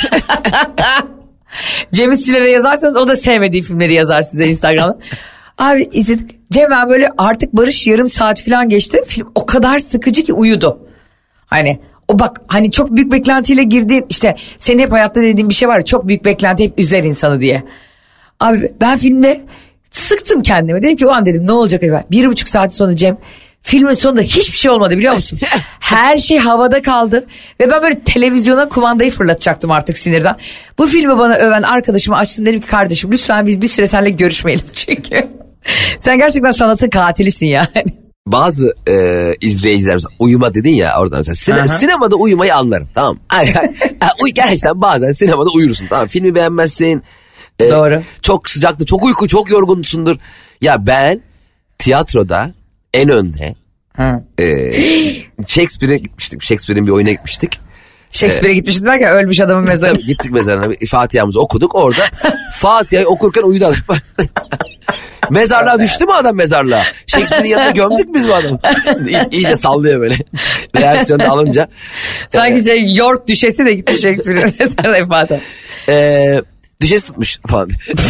S3: Cem İşçilere yazarsanız o da sevmediği filmleri yazar size Instagram'da. Abi izledik. Cem ben böyle artık Barış yarım saat falan geçti. Film o kadar sıkıcı ki uyudu. Hani o bak hani çok büyük beklentiyle girdiğin işte senin hep hayatta dediğin bir şey var ya çok büyük beklenti hep üzer insanı diye. Abi ben filmde sıktım kendime. Dedim ki o an dedim ne olacak acaba? Bir buçuk saat sonra Cem Filmin sonunda hiçbir şey olmadı biliyor musun? Her şey havada kaldı. Ve ben böyle televizyona kumandayı fırlatacaktım artık sinirden. Bu filmi bana öven arkadaşıma açtım, dedim ki kardeşim lütfen biz bir süre seninle görüşmeyelim çünkü. Sen gerçekten sanatın katilisin yani.
S4: Bazı e, izleyiciler mesela uyuma dedin ya oradan mesela sine, sinemada uyumayı anlarım, tamam. Gerçekten bazen sinemada uyursun, tamam, filmi beğenmezsin. E,
S3: Doğru.
S4: Çok sıcaktı, çok uyku, çok yorgunsundur. Ya ben tiyatroda en önde e, Shakespeare'e gitmiştik. Shakespeare'in bir oyuna gitmiştik.
S3: Shakespeare'e ee, gitmiştik derken ölmüş adamın mezarı.
S4: Gittik mezarına, Fatiha'mızı okuduk orada. Fatiha'yı okurken uyudu adam. Mezarlığa düştü mü adam mezarlığa? Shakespeare'in yanına gömdük biz bu adamı. İy- iyice sallıyor böyle. Reaksiyonu alınca.
S3: Sanki ee, şey York düşesi de gitti Shakespeare'in mezarına Fatih.
S4: Ee, düşesi tutmuş falan.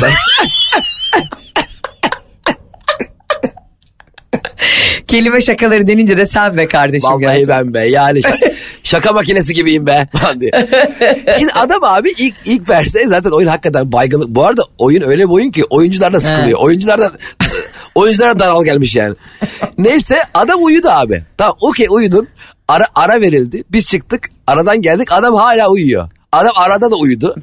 S3: Kelime şakaları denince de sen be kardeşim.
S4: Vallahi gerçekten. Ben be yani şaka, şaka makinesi gibiyim be falan diye. Şimdi adam abi ilk ilk verse zaten oyun hakikaten baygınlık. Bu arada oyun öyle bir oyun ki oyuncular da sıkılıyor. Oyuncular da oyunculara daral gelmiş yani. Neyse adam uyudu abi. Tamam okey uyudun. Ara, ara verildi. Biz çıktık. Aradan geldik. Adam hala uyuyor. Adam arada da uyudu.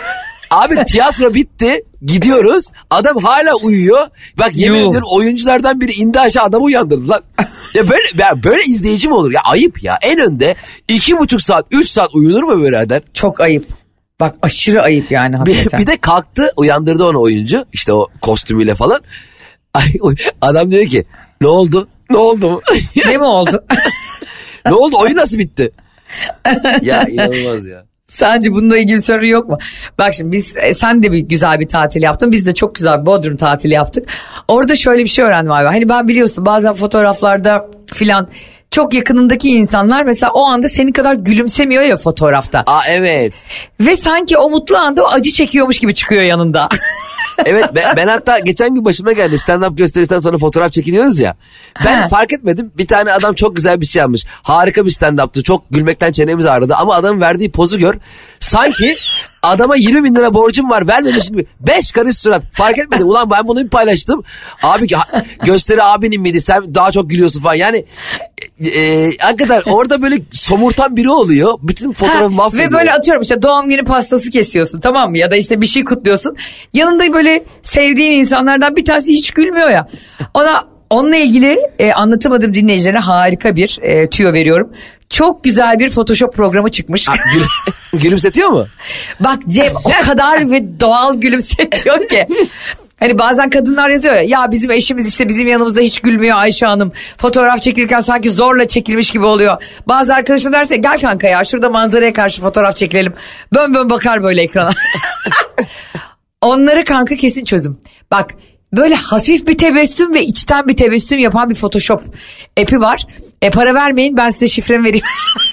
S4: Abi tiyatro bitti. Gidiyoruz. Adam hala uyuyor. Bak yemin Yuh. ediyorum oyunculardan biri indi aşağı adamı uyandırdı lan. Ya böyle, ya böyle izleyici mi olur? Ya ayıp ya. En önde iki buçuk saat, üç saat uyunur mu böyle adam?
S3: Çok ayıp. Bak aşırı ayıp yani hakikaten.
S4: Bir, bir de kalktı uyandırdı onu oyuncu. İşte o kostümüyle falan. Ay, adam diyor ki ne oldu? Ne oldu mu?
S3: Ne mi oldu?
S4: Ne oldu? Oyun nasıl bitti? Ya inanılmaz ya.
S3: Sence bununla ilgili sorun yok mu? Bak şimdi biz sen de bir güzel bir tatil yaptın. Biz de çok güzel bir Bodrum tatili yaptık. Orada şöyle bir şey öğrendim abi. Hani ben biliyorsun bazen fotoğraflarda filan çok yakınındaki insanlar mesela o anda senin kadar gülümsemiyor ya fotoğrafta.
S4: Aa evet.
S3: Ve sanki o mutlu anda o acı çekiyormuş gibi çıkıyor yanında.
S4: Evet ben, ben hatta geçen gün başıma geldi, stand-up gösterisinden sonra fotoğraf çekiniyoruz ya. Ben ha. fark etmedim, bir tane adam çok güzel bir şey yapmış. Harika bir stand-up'tı, çok gülmekten çenemiz ağrıdı ama adamın verdiği pozu gör. Sanki adama yirmi bin lira borcum var vermemiş gibi. Beş karış surat. Fark etmedim. Ulan ben bunu bir paylaştım. Abi gösteri abinin miydi? Sen daha çok gülüyorsun falan. Yani e, hakikaten orada böyle somurtan biri oluyor. Bütün fotoğrafı mahvediyor.
S3: Ve böyle atıyorum işte doğum günü pastası kesiyorsun, tamam mı? Ya da işte bir şey kutluyorsun. Yanında böyle sevdiğin insanlardan bir tanesi hiç gülmüyor ya. Ona onunla ilgili e, anlatamadığım dinleyicilere harika bir e, tüyo veriyorum. Çok güzel bir Photoshop programı çıkmış.
S4: Aa, gül, gülümsetiyor mu?
S3: Bak Cem o kadar ve doğal gülümsetiyor ki. Hani bazen kadınlar yazıyor ya, ya bizim eşimiz işte bizim yanımızda hiç gülmüyor Ayşe Hanım. Fotoğraf çekilirken sanki zorla çekilmiş gibi oluyor. Bazı arkadaşlar derse gel kanka ya şurada manzaraya karşı fotoğraf çekilelim. Bön bön bakar böyle ekrana. Onları kanka kesin çözüm. Bak böyle hafif bir tebessüm ve içten bir tebessüm yapan bir Photoshop app'i var. E para vermeyin, ben size şifremi vereyim.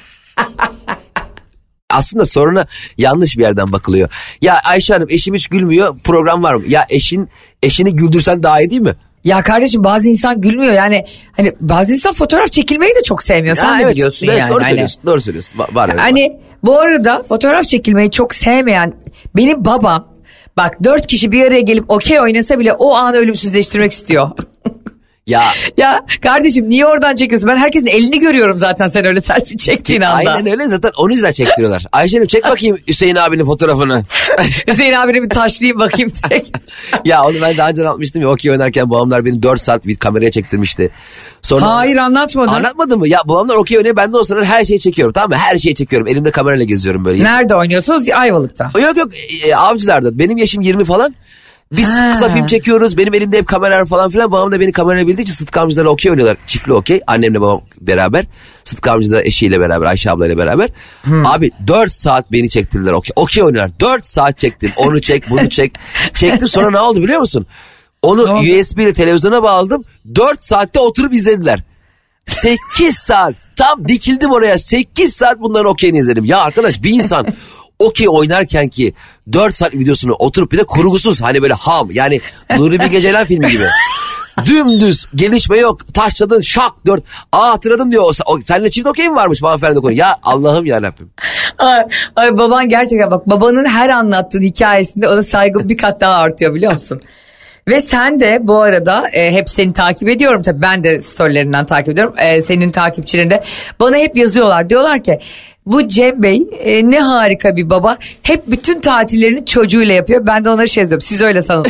S4: Aslında soruna yanlış bir yerden bakılıyor. Ya Ayşe Hanım eşim hiç gülmüyor, program var mı? Ya eşin eşini güldürsen daha iyi değil mi?
S3: Ya kardeşim bazı insan gülmüyor yani, hani bazı insan fotoğraf çekilmeyi de çok sevmiyor. Sen ya de evet, biliyorsun evet, yani.
S4: Doğru
S3: hani.
S4: söylüyorsun, doğru söylüyorsun. Var, var,
S3: hani
S4: var.
S3: Bu arada fotoğraf çekilmeyi çok sevmeyen benim babam, bak dört kişi bir araya gelip okey oynasa bile o anı ölümsüzleştirmek istiyor.
S4: Ya.
S3: Ya kardeşim niye oradan çekiyorsun? Ben herkesin elini görüyorum zaten sen öyle selfie çektiğin anda.
S4: Aynen öyle, zaten onu yüzden çektiriyorlar. Ayşe'nim çek bakayım Hüseyin abinin fotoğrafını.
S3: Hüseyin abini bir taşlayayım bakayım direkt.
S4: Ya onu ben daha önce anlatmıştım ya, okey oynarken babamlar beni dört saat bir kameraya çektirmişti. Sonra
S3: hayır anlatmadın.
S4: Anlatmadın mı? Ya babamlar okey oynuyor, ben de o sırada her şeyi çekiyorum, tamam mı? Her şeyi çekiyorum, elimde kamerayla geziyorum böyle.
S3: Nerede oynuyorsunuz? Ayvalık'ta.
S4: Yok yok e, Avcılar'da, benim yaşım yirmi falan. Biz ha. kısa film çekiyoruz. Benim elimde hep kameralar falan filan. Babam da beni kamerayla bildiği için Sıtkı amcalarla okey oynuyorlar. Çiftli okey. Annemle babam beraber. Sıtkı amca da eşiyle beraber. Ayşe ablayla beraber. Hmm. Abi dört saat beni çektirdiler okey. Okey oynuyorlar. dört saat çektim. Onu çek bunu çek. Çektim, sonra ne oldu biliyor musun? Onu U S B ile televizyona bağladım. dört saatte oturup izlediler. sekiz saat. Tam dikildim oraya. sekiz saat bunların okeyini izledim. Ya arkadaş bir insan okey oynarken ki dört saat videosunu oturup bir de kurgusuz, hani böyle ham, yani Nuri Bilge Ceylan filmi gibi. Dümdüz, gelişme yok, taşladın şak dört. Aa hatırladım diyor. O, seninle çift okey mi varmış falan falan konu. Ya Allah'ım yarabbim.
S3: Ay, ay baban gerçekten bak, babanın her anlattığı hikayesinde ona saygım bir kat daha artıyor biliyor musun? Ve sen de bu arada e, hep seni takip ediyorum tabii, ben de storylerinden takip ediyorum. E, senin takipçilerin de bana hep yazıyorlar, diyorlar ki bu Cem Bey e, ne harika bir baba, hep bütün tatillerini çocuğuyla yapıyor. Ben de onları şey yazıyorum, siz öyle sanın.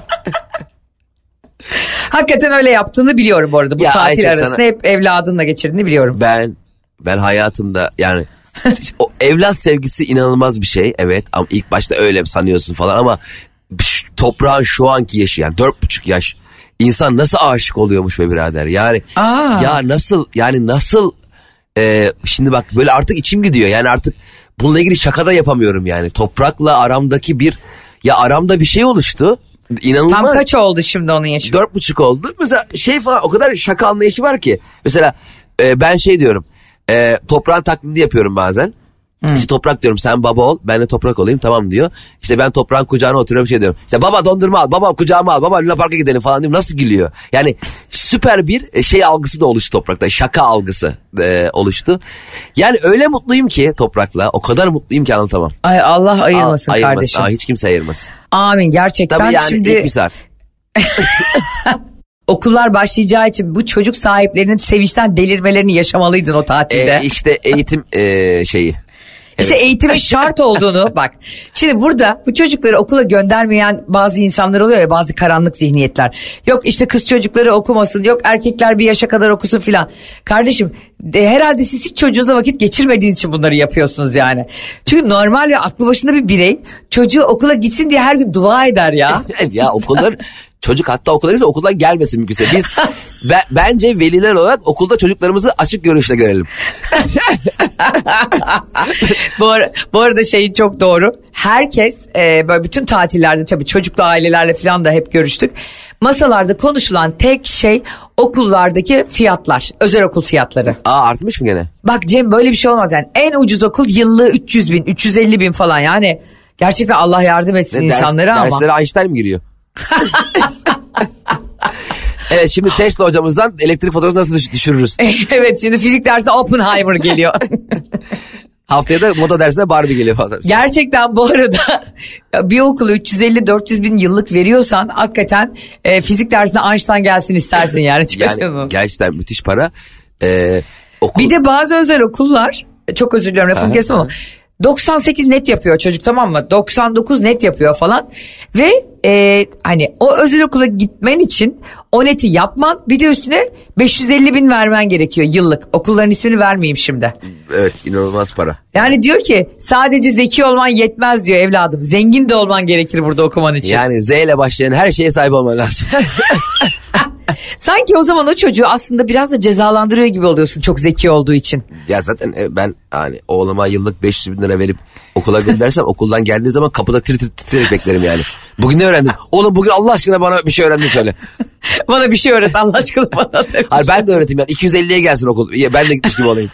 S3: Hakikaten öyle yaptığını biliyorum bu arada. Bu ya tatil Ayşe, arasında sana... hep evladınla geçirdiğini biliyorum.
S4: Ben ben hayatımda yani o evlat sevgisi inanılmaz bir şey. Evet, ama ilk başta öyle sanıyorsun falan ama toprağın şu anki yaşı, yani dört buçuk yaş, insan nasıl aşık oluyormuş be birader. Yani Aa. ya nasıl yani nasıl e, şimdi bak böyle artık içim gidiyor. Yani artık bununla ilgili şaka da yapamıyorum yani. Toprakla aramdaki bir, ya aramda bir şey oluştu. İnanılmaz.
S3: Tam kaç oldu şimdi onun yaşı?
S4: Dört buçuk oldu. Mesela şey falan, o kadar şaka anlayışı var ki. Mesela e, ben şey diyorum. E, toprağın taklidi yapıyorum bazen. Hmm. İşte Toprak diyorum, sen baba ol, ben de Toprak olayım, tamam diyor. İşte ben toprağın kucağına oturuyorum, şey diyorum. İşte baba dondurma al, baba kucağıma al, baba Luna Park'a gidelim falan diyorum. Nasıl gülüyor? Yani süper bir şey algısı da oluştu Toprak'ta. Şaka algısı e, oluştu. Yani öyle mutluyum ki Toprak'la. O kadar mutluyum ki anlatamam.
S3: Ay Allah ayırmasın, Aa, ayırmasın kardeşim.
S4: Aa, hiç kimse ayırmasın.
S3: Amin, gerçekten.
S4: Tabii yani
S3: şimdi...
S4: ilk bir saat.
S3: Okullar başlayacağı için bu çocuk sahiplerinin sevinçten delirmelerini yaşamalıydın o tatilde.
S4: Ee, işte eğitim e, şeyi.
S3: İşte evet. Eğitimin şart olduğunu bak. Şimdi burada bu çocukları okula göndermeyen bazı insanlar oluyor ya, bazı karanlık zihniyetler. Yok işte kız çocukları okumasın, yok erkekler bir yaşa kadar okusun filan. Kardeşim de, herhalde siz hiç çocuğunuzla vakit geçirmediğiniz için bunları yapıyorsunuz yani. Çünkü normal ve aklı başında bir birey çocuğu okula gitsin diye her gün dua eder ya.
S4: Ya okullar... Çocuk hatta okula gitse okuldan gelmesin mümkünse. Biz be, bence veliler olarak okulda çocuklarımızı açık görüşle görelim.
S3: bu, ara, bu arada şey çok doğru. Herkes e, böyle bütün tatillerde tabii çocuklu ailelerle falan da hep görüştük. Masalarda konuşulan tek şey okullardaki fiyatlar. Özel okul fiyatları.
S4: Aa, artmış mı gene?
S3: Bak Cem, böyle bir şey olmaz yani. En ucuz okul yıllığı üç yüz bin, üç yüz elli bin falan yani. Gerçekten Allah yardım etsin ne, insanlara ders, ama.
S4: Derslere Einstein mi giriyor? Evet, şimdi Tesla hocamızdan elektrik faturası nasıl düşürürüz?
S3: Evet, şimdi fizik dersinde Oppenheimer geliyor.
S4: Haftaya da moda dersine Barbie geliyor falan.
S3: Gerçekten bu arada bir okula üç yüz elli dört yüz bin yıllık veriyorsan hakikaten e, fizik dersine Einstein gelsin istersin yani.
S4: Yani gerçekten müthiş para. Ee, okul...
S3: Bir de bazı özel okullar, çok özür diliyorum lafını kestim ama doksan sekiz net yapıyor çocuk, tamam mı? doksan dokuz net yapıyor falan ve e, hani o özel okula gitmen için o neti yapman, bir de üstüne beş yüz elli bin vermen gerekiyor yıllık. Okulların ismini vermeyeyim şimdi.
S4: Evet, inanılmaz para.
S3: Yani diyor ki sadece zeki olman yetmez diyor evladım. Zengin de olman gerekir burada okuman için.
S4: Yani Z ile başlayan her şeye sahip olman lazım.
S3: Sanki o zaman o çocuğu aslında biraz da cezalandırıyor gibi oluyorsun çok zeki olduğu için.
S4: Ya zaten ben hani oğluma yıllık beş yüz bin lira verip okula göndersem okuldan geldiği zaman kapıda tir tir titreyerek beklerim yani. Bugün ne öğrendim? Oğlum bugün Allah aşkına bana bir şey öğrendi söyle.
S3: Bana bir şey öğret Allah aşkına bana da bir
S4: Hayır, ben de öğreteyim yani iki yüz elliye gelsin okul. Ben de gitmiş gibi olayım.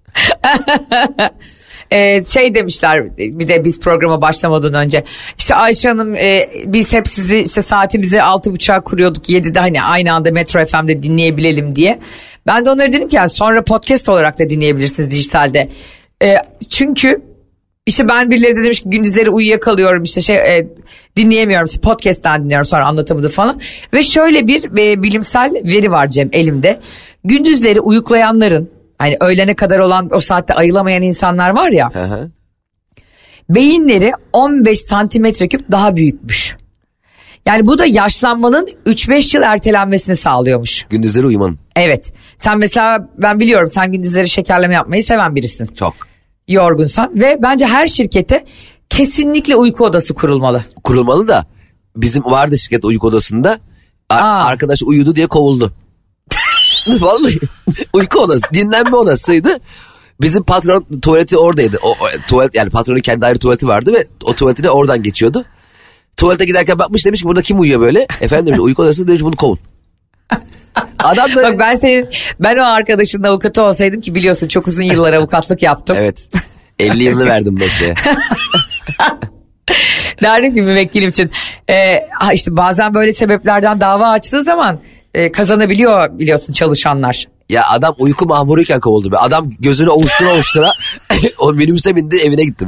S3: Ee, şey demişler bir de biz programa başlamadan önce, işte Ayşe Hanım e, biz hep sizi işte saatimizi altı buçuğa kuruyorduk, yedide hani aynı anda Metro F M'de dinleyebilelim diye. Ben de onlara dedim ki yani sonra podcast olarak da dinleyebilirsiniz dijitalde. E, çünkü işte ben birileri de demiş ki gündüzleri uyuyakalıyorum işte şey e, dinleyemiyorum, işte podcast'ten dinliyorum sonra anlatımını falan. Ve şöyle bir e, bilimsel veri var Cem elimde. Gündüzleri uyuklayanların, hani öğlene kadar olan o saatte ayılamayan insanlar var ya. Hı hı. Beyinleri on beş santimetre küp daha büyükmüş. Yani bu da yaşlanmanın üç beş yıl ertelenmesini sağlıyormuş.
S4: Gündüzleri uyumanın.
S3: Evet. Sen mesela, ben biliyorum sen gündüzleri şekerleme yapmayı seven birisin.
S4: Çok.
S3: Yorgunsan ve bence her şirkete kesinlikle uyku odası kurulmalı.
S4: Kurulmalı da bizim vardı şirket uyku odasında. A- arkadaş uyudu diye kovuldu. Vallahi uyku odası, dinlenme odasıydı. Bizim patron tuvaleti oradaydı. O, o tuvalet, yani patronun kendi ayrı tuvaleti vardı ve o tuvaletine oradan geçiyordu. Tuvalete giderken bakmış, demiş ki burada kim uyuyor böyle? Efendim demiş, uyku odası, demiş bunu kovun. Adam da...
S3: Bak ben senin, ben o arkadaşının avukatı olsaydım ki biliyorsun çok uzun yıllar avukatlık yaptım.
S4: Evet. elli yılını verdim mesleğe.
S3: Derdim ki müvekkilim için e, işte bazen böyle sebeplerden dava açtığı zaman e, kazanabiliyor biliyorsun çalışanlar.
S4: Ya adam uyku mahmuruyken kovuldu be. Adam gözünü ovuştura ovuştura o minibüse bindi, evine gitti be.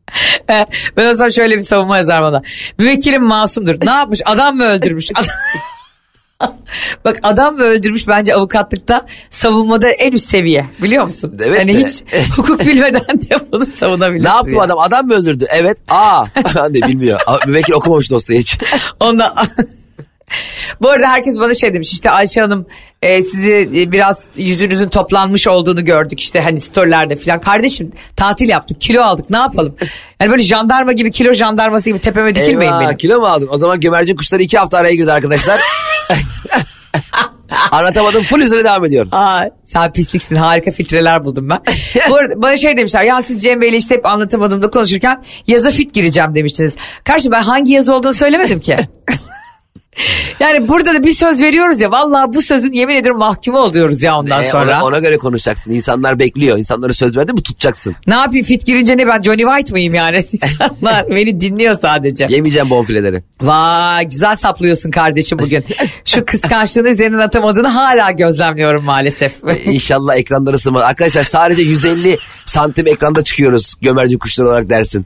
S3: Ben o zaman şöyle bir savunma yazarım ona. Müvekkilim masumdur. Ne yapmış? Adam mı öldürmüş? Adam... Bak adam mı öldürmüş bence avukatlıkta savunmada en üst seviye biliyor musun?
S4: Evet
S3: hani
S4: de.
S3: Hiç hukuk bilmeden de bunu savunabilirsin.
S4: Ne yaptı
S3: ya.
S4: adam? Adam mı öldürdü? Evet. Aa. de bilmiyor. Müvekkil okumamış dosyayı hiç.
S3: Ondan... Bu arada herkes bana şey demiş işte Ayşe Hanım e, sizi e, biraz yüzünüzün toplanmış olduğunu gördük işte hani storylerde falan. Kardeşim tatil yaptık kilo aldık ne yapalım? Yani böyle jandarma gibi kilo jandarması gibi tepeme dikilmeyin
S4: Eyvah,
S3: benim.
S4: Kilo mu aldın? O zaman gömercin kuşları iki hafta araya girdi arkadaşlar. Anlatamadım full üzerine devam ediyor.
S3: Aa, sen pisliksin harika filtreler buldum ben. Bu arada bana şey demişler ya siz Cem Bey'le işte hep anlatamadığımda konuşurken yaza fit gireceğim demiştiniz. Karşı ben hangi yazı olduğunu söylemedim ki. Yani burada da bir söz veriyoruz ya vallahi bu sözün yemin ediyorum mahkumu oluyoruz ya ondan
S4: ee,
S3: sonra.
S4: Ona, ona göre konuşacaksın. İnsanlar bekliyor. İnsanlara söz verdin mi tutacaksın.
S3: Ne yapayım fit girince ne ben Johnny White mıyım yani? İnsanlar beni dinliyor sadece.
S4: Yemeyeceğim bonfileleri.
S3: Vay güzel saplıyorsun kardeşim bugün. Şu kıskançlığını üzerinden atamadığını hala gözlemliyorum maalesef.
S4: İnşallah ekranları sığmaz. Arkadaşlar sadece yüz elli santim ekranda çıkıyoruz gömerci kuşları olarak dersin.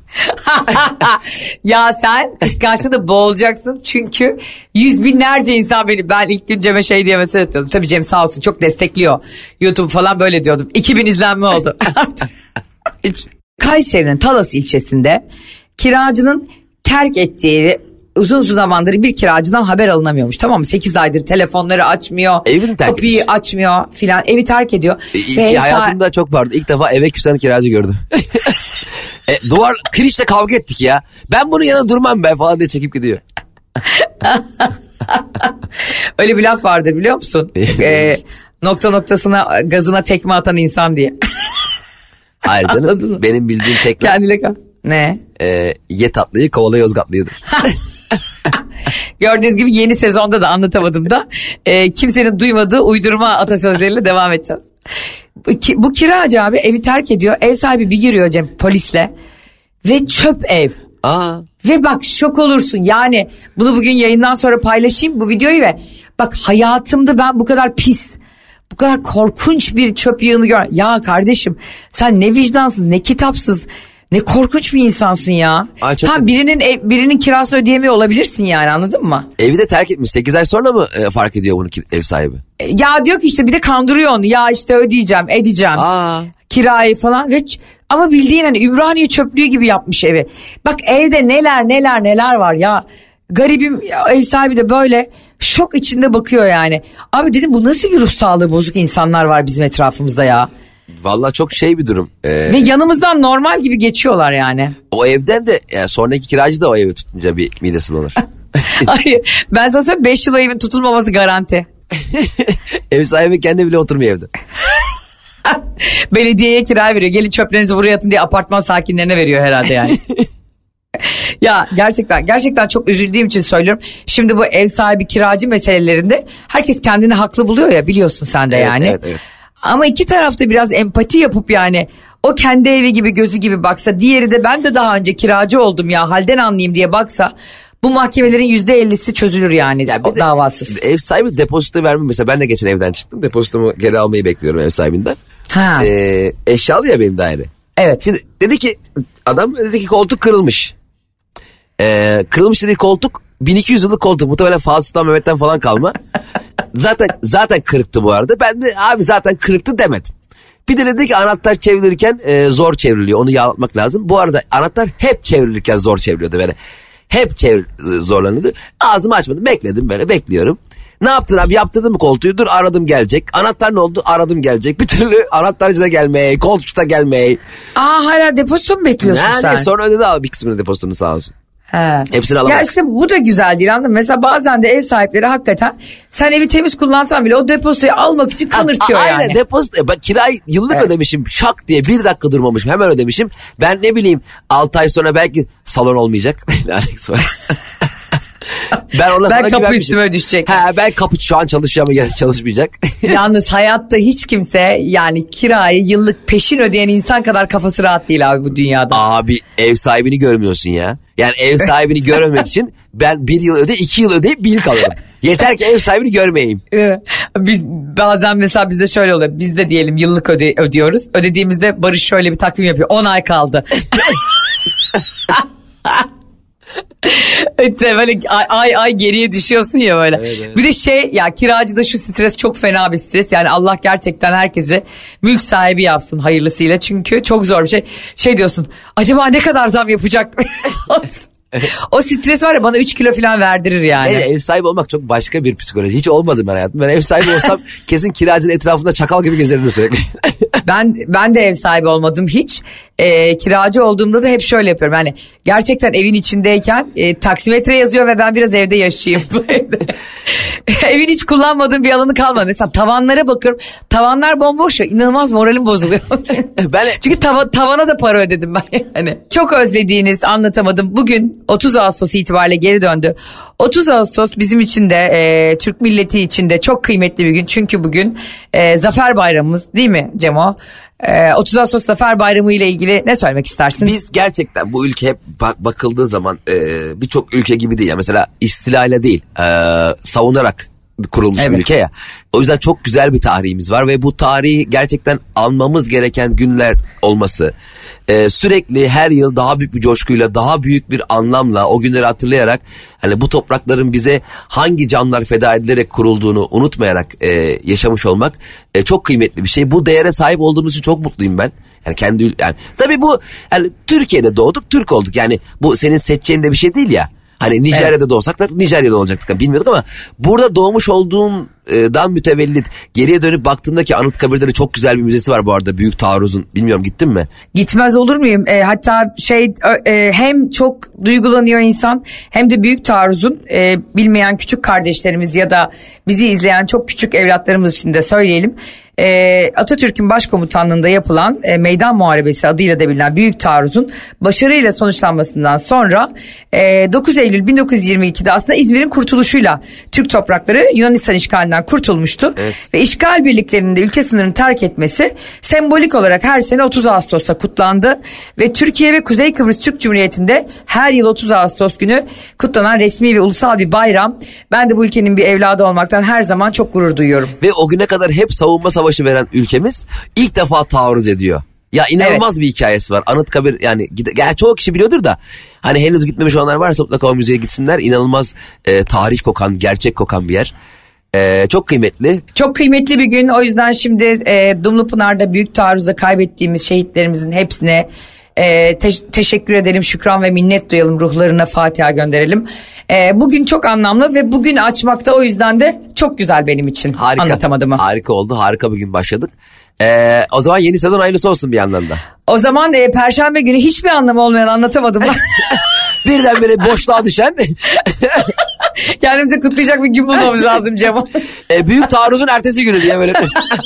S3: Ya sen kıskançlığında boğulacaksın çünkü yüz binlerce insan beni ben ilk gün Cem'e şey diye mesaj atıyordum. Tabii Cem sağ olsun çok destekliyor. YouTube falan böyle diyordum. iki bin izlenme oldu. Kayseri'nin Talas ilçesinde kiracının terk ettiği ve uzun zamandır bir kiracıdan haber alınamıyormuş. Tamam mı? sekiz aydır telefonları açmıyor.
S4: Evini terk
S3: kapıyı
S4: etmiş.
S3: açmıyor filan. Evi terk ediyor.
S4: İlk
S3: Ve
S4: hayatımda sah- çok pardon. İlk defa eve küsen kiracı gördüm. e, duvar kirişle kavga ettik ya. Ben bunun yanına durmam ben falan diye çekip gidiyor.
S3: Öyle bir laf vardır biliyor musun? ee, nokta noktasına gazına tekme atan insan diye.
S4: Hayır canım. Benim bildiğim tek laf.
S3: Kendine kal. Ne?
S4: Ee, ye tatlıyı kovala Yozgatlıyıdır.
S3: Gördüğünüz gibi yeni sezonda da anlatamadım da e, kimsenin duymadığı uydurma atasözleriyle devam edeceğim. Bu, ki, bu kiracı abi evi terk ediyor. Ev sahibi bir giriyor Cem polisle ve çöp ev.
S4: Aa.
S3: Ve bak şok olursun yani bunu bugün yayından sonra paylaşayım bu videoyu ve bak hayatımda ben bu kadar pis bu kadar korkunç bir çöp yığını gör. Ya kardeşim sen ne vicdansız ne kitapsız ne korkunç bir insansın ya.
S4: Ay,
S3: Tam birinin ev, birinin kirasını ödeyemiyor olabilirsin yani anladın mı?
S4: Evi de terk etmiş sekiz ay sonra mı e, fark ediyor bunu ev sahibi?
S3: Ya diyor ki işte bir de kandırıyor onu ya işte ödeyeceğim edeceğim
S4: Aa.
S3: kirayı falan ve ama bildiğin hani Ümraniye çöplüğü gibi yapmış evi. Bak evde neler neler neler var ya. Garibim ev sahibi de böyle şok içinde bakıyor yani. Abi dedim bu nasıl bir ruh sağlığı bozuk insanlar var bizim etrafımızda ya.
S4: Vallahi çok şey bir durum. Ee,
S3: Ve yanımızdan normal gibi geçiyorlar yani.
S4: O evden de yani sonraki kiracı da o evi tutunca bir midesi bulanır.
S3: Hayır ben sana söyleyeyim beş yıl o evin tutulmaması garanti.
S4: Ev sahibi kendi bile oturmuyor evde.
S3: Belediyeye kira veriyor. Gelin çöplerinizi buraya atın diye apartman sakinlerine veriyor herhalde yani. Ya gerçekten gerçekten çok üzüldüğüm için söylüyorum. Şimdi bu ev sahibi kiracı meselelerinde herkes kendini haklı buluyor ya biliyorsun sen de
S4: evet,
S3: yani.
S4: Evet, evet.
S3: Ama iki tarafta biraz empati yapıp yani o kendi evi gibi gözü gibi baksa diğeri de ben de daha önce kiracı oldum ya halden anlayayım diye baksa bu mahkemelerin yüzde ellisi çözülür yani ya o davasız.
S4: Ev sahibi depozito vermiyor. Mesela ben de geçen evden çıktım. Depozitomu geri almayı bekliyorum ev sahibinden.
S3: Ha.
S4: Ee, eşyalı ya benim daire.
S3: Evet.
S4: Şimdi dedi ki adam dedi ki koltuk kırılmış. Ee, kırılmış dediği koltuk bin iki yüz yıllık koltuk. Muhtemelen Fatih Sultan Mehmet'ten falan kalma. zaten zaten kırıktı bu arada. Ben de abi zaten kırıktı demedim. Bir de dedi ki anahtar çevrilirken e, zor çevriliyor. Onu yağlatmak lazım. Bu arada anahtar hep çevrilirken zor çevriliyordu böyle. Hep çevir, zorlanıyordu. Ağzımı açmadım. Bekledim böyle bekliyorum. Ne yaptın abi? Yaptırdın mı koltuğu? Dur aradım gelecek. Anahtar ne oldu? Aradım gelecek. Bir türlü anahtarcı da gelmey. Koltukçu da gelmey.
S3: Aa hala depozito mu bekliyorsun
S4: yani
S3: sen?
S4: Sonra ödedi abi bir kısmını depozitonu sağ olsun.
S3: He.
S4: Hepsini alamadım.
S3: Ya işte bu da güzel değil anladın mı? Mesela bazen de ev sahipleri hakikaten sen evi temiz kullansan bile o depozitoyu almak için kanırtıyor
S4: A-
S3: yani.
S4: Aynen depozito. Ben kirayı yıllık evet. ödemişim. Şak diye bir dakika durmamışım. Hemen ödemişim. Ben ne bileyim altı ay sonra belki salon olmayacak. Ben ona
S3: ben kapı üstüme düşecek.
S4: He, ben kapı şu an çalışıyor ama yarın çalışmayacak.
S3: Yalnız hayatta hiç kimse yani kirayı yıllık peşin ödeyen insan kadar kafası rahat değil abi bu dünyada.
S4: Abi ev sahibini görmüyorsun ya. Yani ev sahibini görmemek için ben bir yıl öde iki yıl ödeyip bir yıl kalırım. Yeter ki ev sahibini görmeyeyim.
S3: Biz bazen mesela bizde şöyle oluyor. Biz de diyelim yıllık öde, ödüyoruz. Ödediğimizde Barış şöyle bir takvim yapıyor. on ay kaldı. Böyle ay, ay ay geriye düşüyorsun ya böyle. Evet, evet. Bir de şey ya, kiracıda şu stres çok fena bir stres. Yani Allah gerçekten herkesi mülk sahibi yapsın hayırlısıyla. Çünkü çok zor bir şey. Şey diyorsun, acaba ne kadar zam yapacak? O stres var ya, bana üç kilo falan verdirir yani.
S4: Evet, ev sahibi olmak çok başka bir psikoloji. Hiç olmadım ben hayatım. Ben ev sahibi olsam kesin kiracının etrafında çakal gibi gezerim sürekli.
S3: Ben ben de ev sahibi olmadım hiç. E, kiracı olduğumda da hep şöyle yapıyorum. Yani gerçekten evin içindeyken e, taksimetre yazıyor ve ben biraz evde yaşayayım. Evin hiç kullanmadığım bir alanı kalmadı. Mesela tavanlara bakıyorum. Tavanlar bomboş ya. İnanılmaz moralim bozuluyor. ben... Çünkü tava, tavana da para ödedim ben. Yani. Çok özlediğiniz Anlatamadım bugün otuz Ağustos itibariyle geri döndü. otuz Ağustos bizim için de e, Türk milleti için de çok kıymetli bir gün. Çünkü bugün e, Zafer Bayramımız değil mi Cemo? E, otuz Ağustos Zafer Bayramı ile ilgili ne söylemek istersin?
S4: Biz gerçekten bu ülke hep bak, bakıldığı zaman e, birçok ülke gibi değil. Ya. Mesela istilayla değil, e, savunarak kurulmuş evet. bir ülke ya. O yüzden çok güzel bir tarihimiz var ve bu tarihi gerçekten almamız gereken günler olması, e, sürekli her yıl daha büyük bir coşkuyla, daha büyük bir anlamla o günleri hatırlayarak, hani bu toprakların bize hangi canlar feda edilerek kurulduğunu unutmayarak e, yaşamış olmak e, çok kıymetli bir şey. Bu değere sahip olduğumuz için çok mutluyum ben. Yani kendi yani tabii bu yani Türkiye'de doğduk, Türk olduk. Yani bu senin seçeceğin de bir şey değil ya. Hani Nijerya'da evet. doğsak da Nijerya'da olacaktık bilmiyorduk ama burada doğmuş olduğundan mütevellit geriye dönüp baktığındaki Anıtkabir'de çok güzel bir müzesi var bu arada, Büyük Taarruz'un. Bilmiyorum, gittin mi?
S3: Gitmez olur muyum? E, hatta şey e, hem çok duygulanıyor insan hem de Büyük Taarruz'un e, bilmeyen küçük kardeşlerimiz ya da bizi izleyen çok küçük evlatlarımız için de söyleyelim. E, Atatürk'ün başkomutanlığında yapılan e, meydan muharebesi adıyla da bilinen Büyük Taarruz'un başarıyla sonuçlanmasından sonra e, dokuz Eylül bin dokuz yüz yirmi ikide aslında İzmir'in kurtuluşuyla Türk toprakları Yunanistan işgalinden kurtulmuştu. Evet. Ve işgal birliklerinin de ülke sınırını terk etmesi sembolik olarak her sene otuz Ağustos'ta kutlandı ve Türkiye ve Kuzey Kıbrıs Türk Cumhuriyeti'nde her yıl otuz Ağustos günü kutlanan resmi ve ulusal bir bayram. Ben de bu ülkenin bir evladı olmaktan her zaman çok gurur duyuyorum.
S4: Ve o güne kadar hep savunma savaşı veren ülkemiz ilk defa taarruz ediyor. Ya inanılmaz evet. bir hikayesi var. Anıtkabir yani, yani çoğu kişi biliyordur da hani henüz gitmemiş olanlar varsa mutlaka o müzeye gitsinler. İnanılmaz e, tarih kokan, gerçek kokan bir yer. E, çok kıymetli.
S3: Çok kıymetli bir gün. O yüzden şimdi e, Dumlupınar'da Büyük Taarruz'da kaybettiğimiz şehitlerimizin hepsine e, te- teşekkür edelim, şükran ve minnet duyalım, ruhlarına Fatiha gönderelim. E, bugün çok anlamlı ve bugün açmakta o yüzden de çok güzel benim için.
S4: Harika.
S3: Anlatamadığımı.
S4: Harika oldu. Harika bir gün başladık. Ee, o zaman yeni sezon hayırlısı olsun bir yandan da.
S3: O zaman e, Perşembe günü hiçbir anlamı olmayan Anlatamadım.
S4: Birden böyle boşluğa düşen.
S3: Kendimize kutlayacak bir gün bulmamız lazım Cemal.
S4: e, büyük Taarruz'un ertesi günü diye böyle.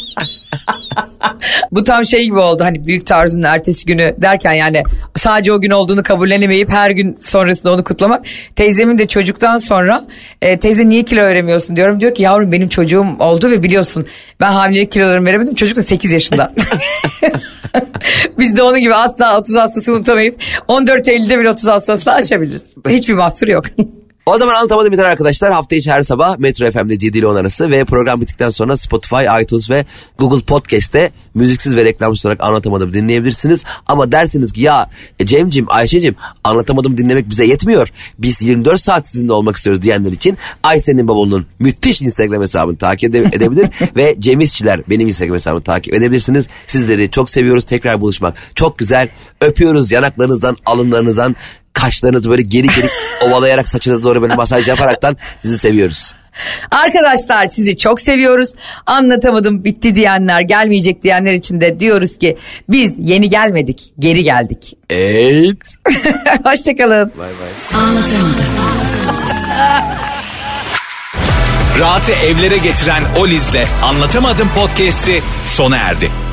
S3: Bu tam şey gibi oldu, hani Büyük Taarruz'un ertesi günü derken yani sadece o gün olduğunu kabullenemeyip her gün sonrasında onu kutlamak. Teyzemin de çocuktan sonra e, teyze niye kilo veremiyorsun diyorum. Diyor ki yavrum benim çocuğum oldu ve biliyorsun ben hamilelik kilolarımı veremedim. Çocuk da sekiz yaşında. Biz de onun gibi asla otuz Ağustos'u unutamayıp on dört Eylül'de bile otuz Ağustos'la açabiliriz. Hiçbir mahsur yok.
S4: O zaman Anlatamadım biter arkadaşlar. Hafta içi her sabah Metro F M'de yedi ile on arası ve program bittikten sonra Spotify, iTunes ve Google Podcast'te müziksiz ve reklamsız olarak Anlatamadım dinleyebilirsiniz. Ama derseniz ki ya Cem'cim, Ayşe'cim Anlatamadım dinlemek bize yetmiyor. Biz yirmi dört saat sizinle olmak istiyoruz diyenler için Ayşe'nin babamın müthiş Instagram hesabını takip ede- edebilir ve Cem İşçiler benim Instagram hesabımı takip edebilirsiniz. Sizleri çok seviyoruz. Tekrar buluşmak çok güzel. Öpüyoruz yanaklarınızdan, alınlarınızdan. Kaşlarınızı böyle geri geri ovalayarak saçınızı doğru böyle masaj yaparaktan sizi seviyoruz.
S3: Arkadaşlar sizi çok seviyoruz. Anlatamadım bitti diyenler, gelmeyecek diyenler için de diyoruz ki biz yeni gelmedik, geri geldik.
S4: Evet.
S3: Hoşçakalın.
S4: Bay bay.
S3: Anlatamadım.
S2: Rahat'ı evlere getiren Oliz'le Anlatamadım podcast'i sona erdi.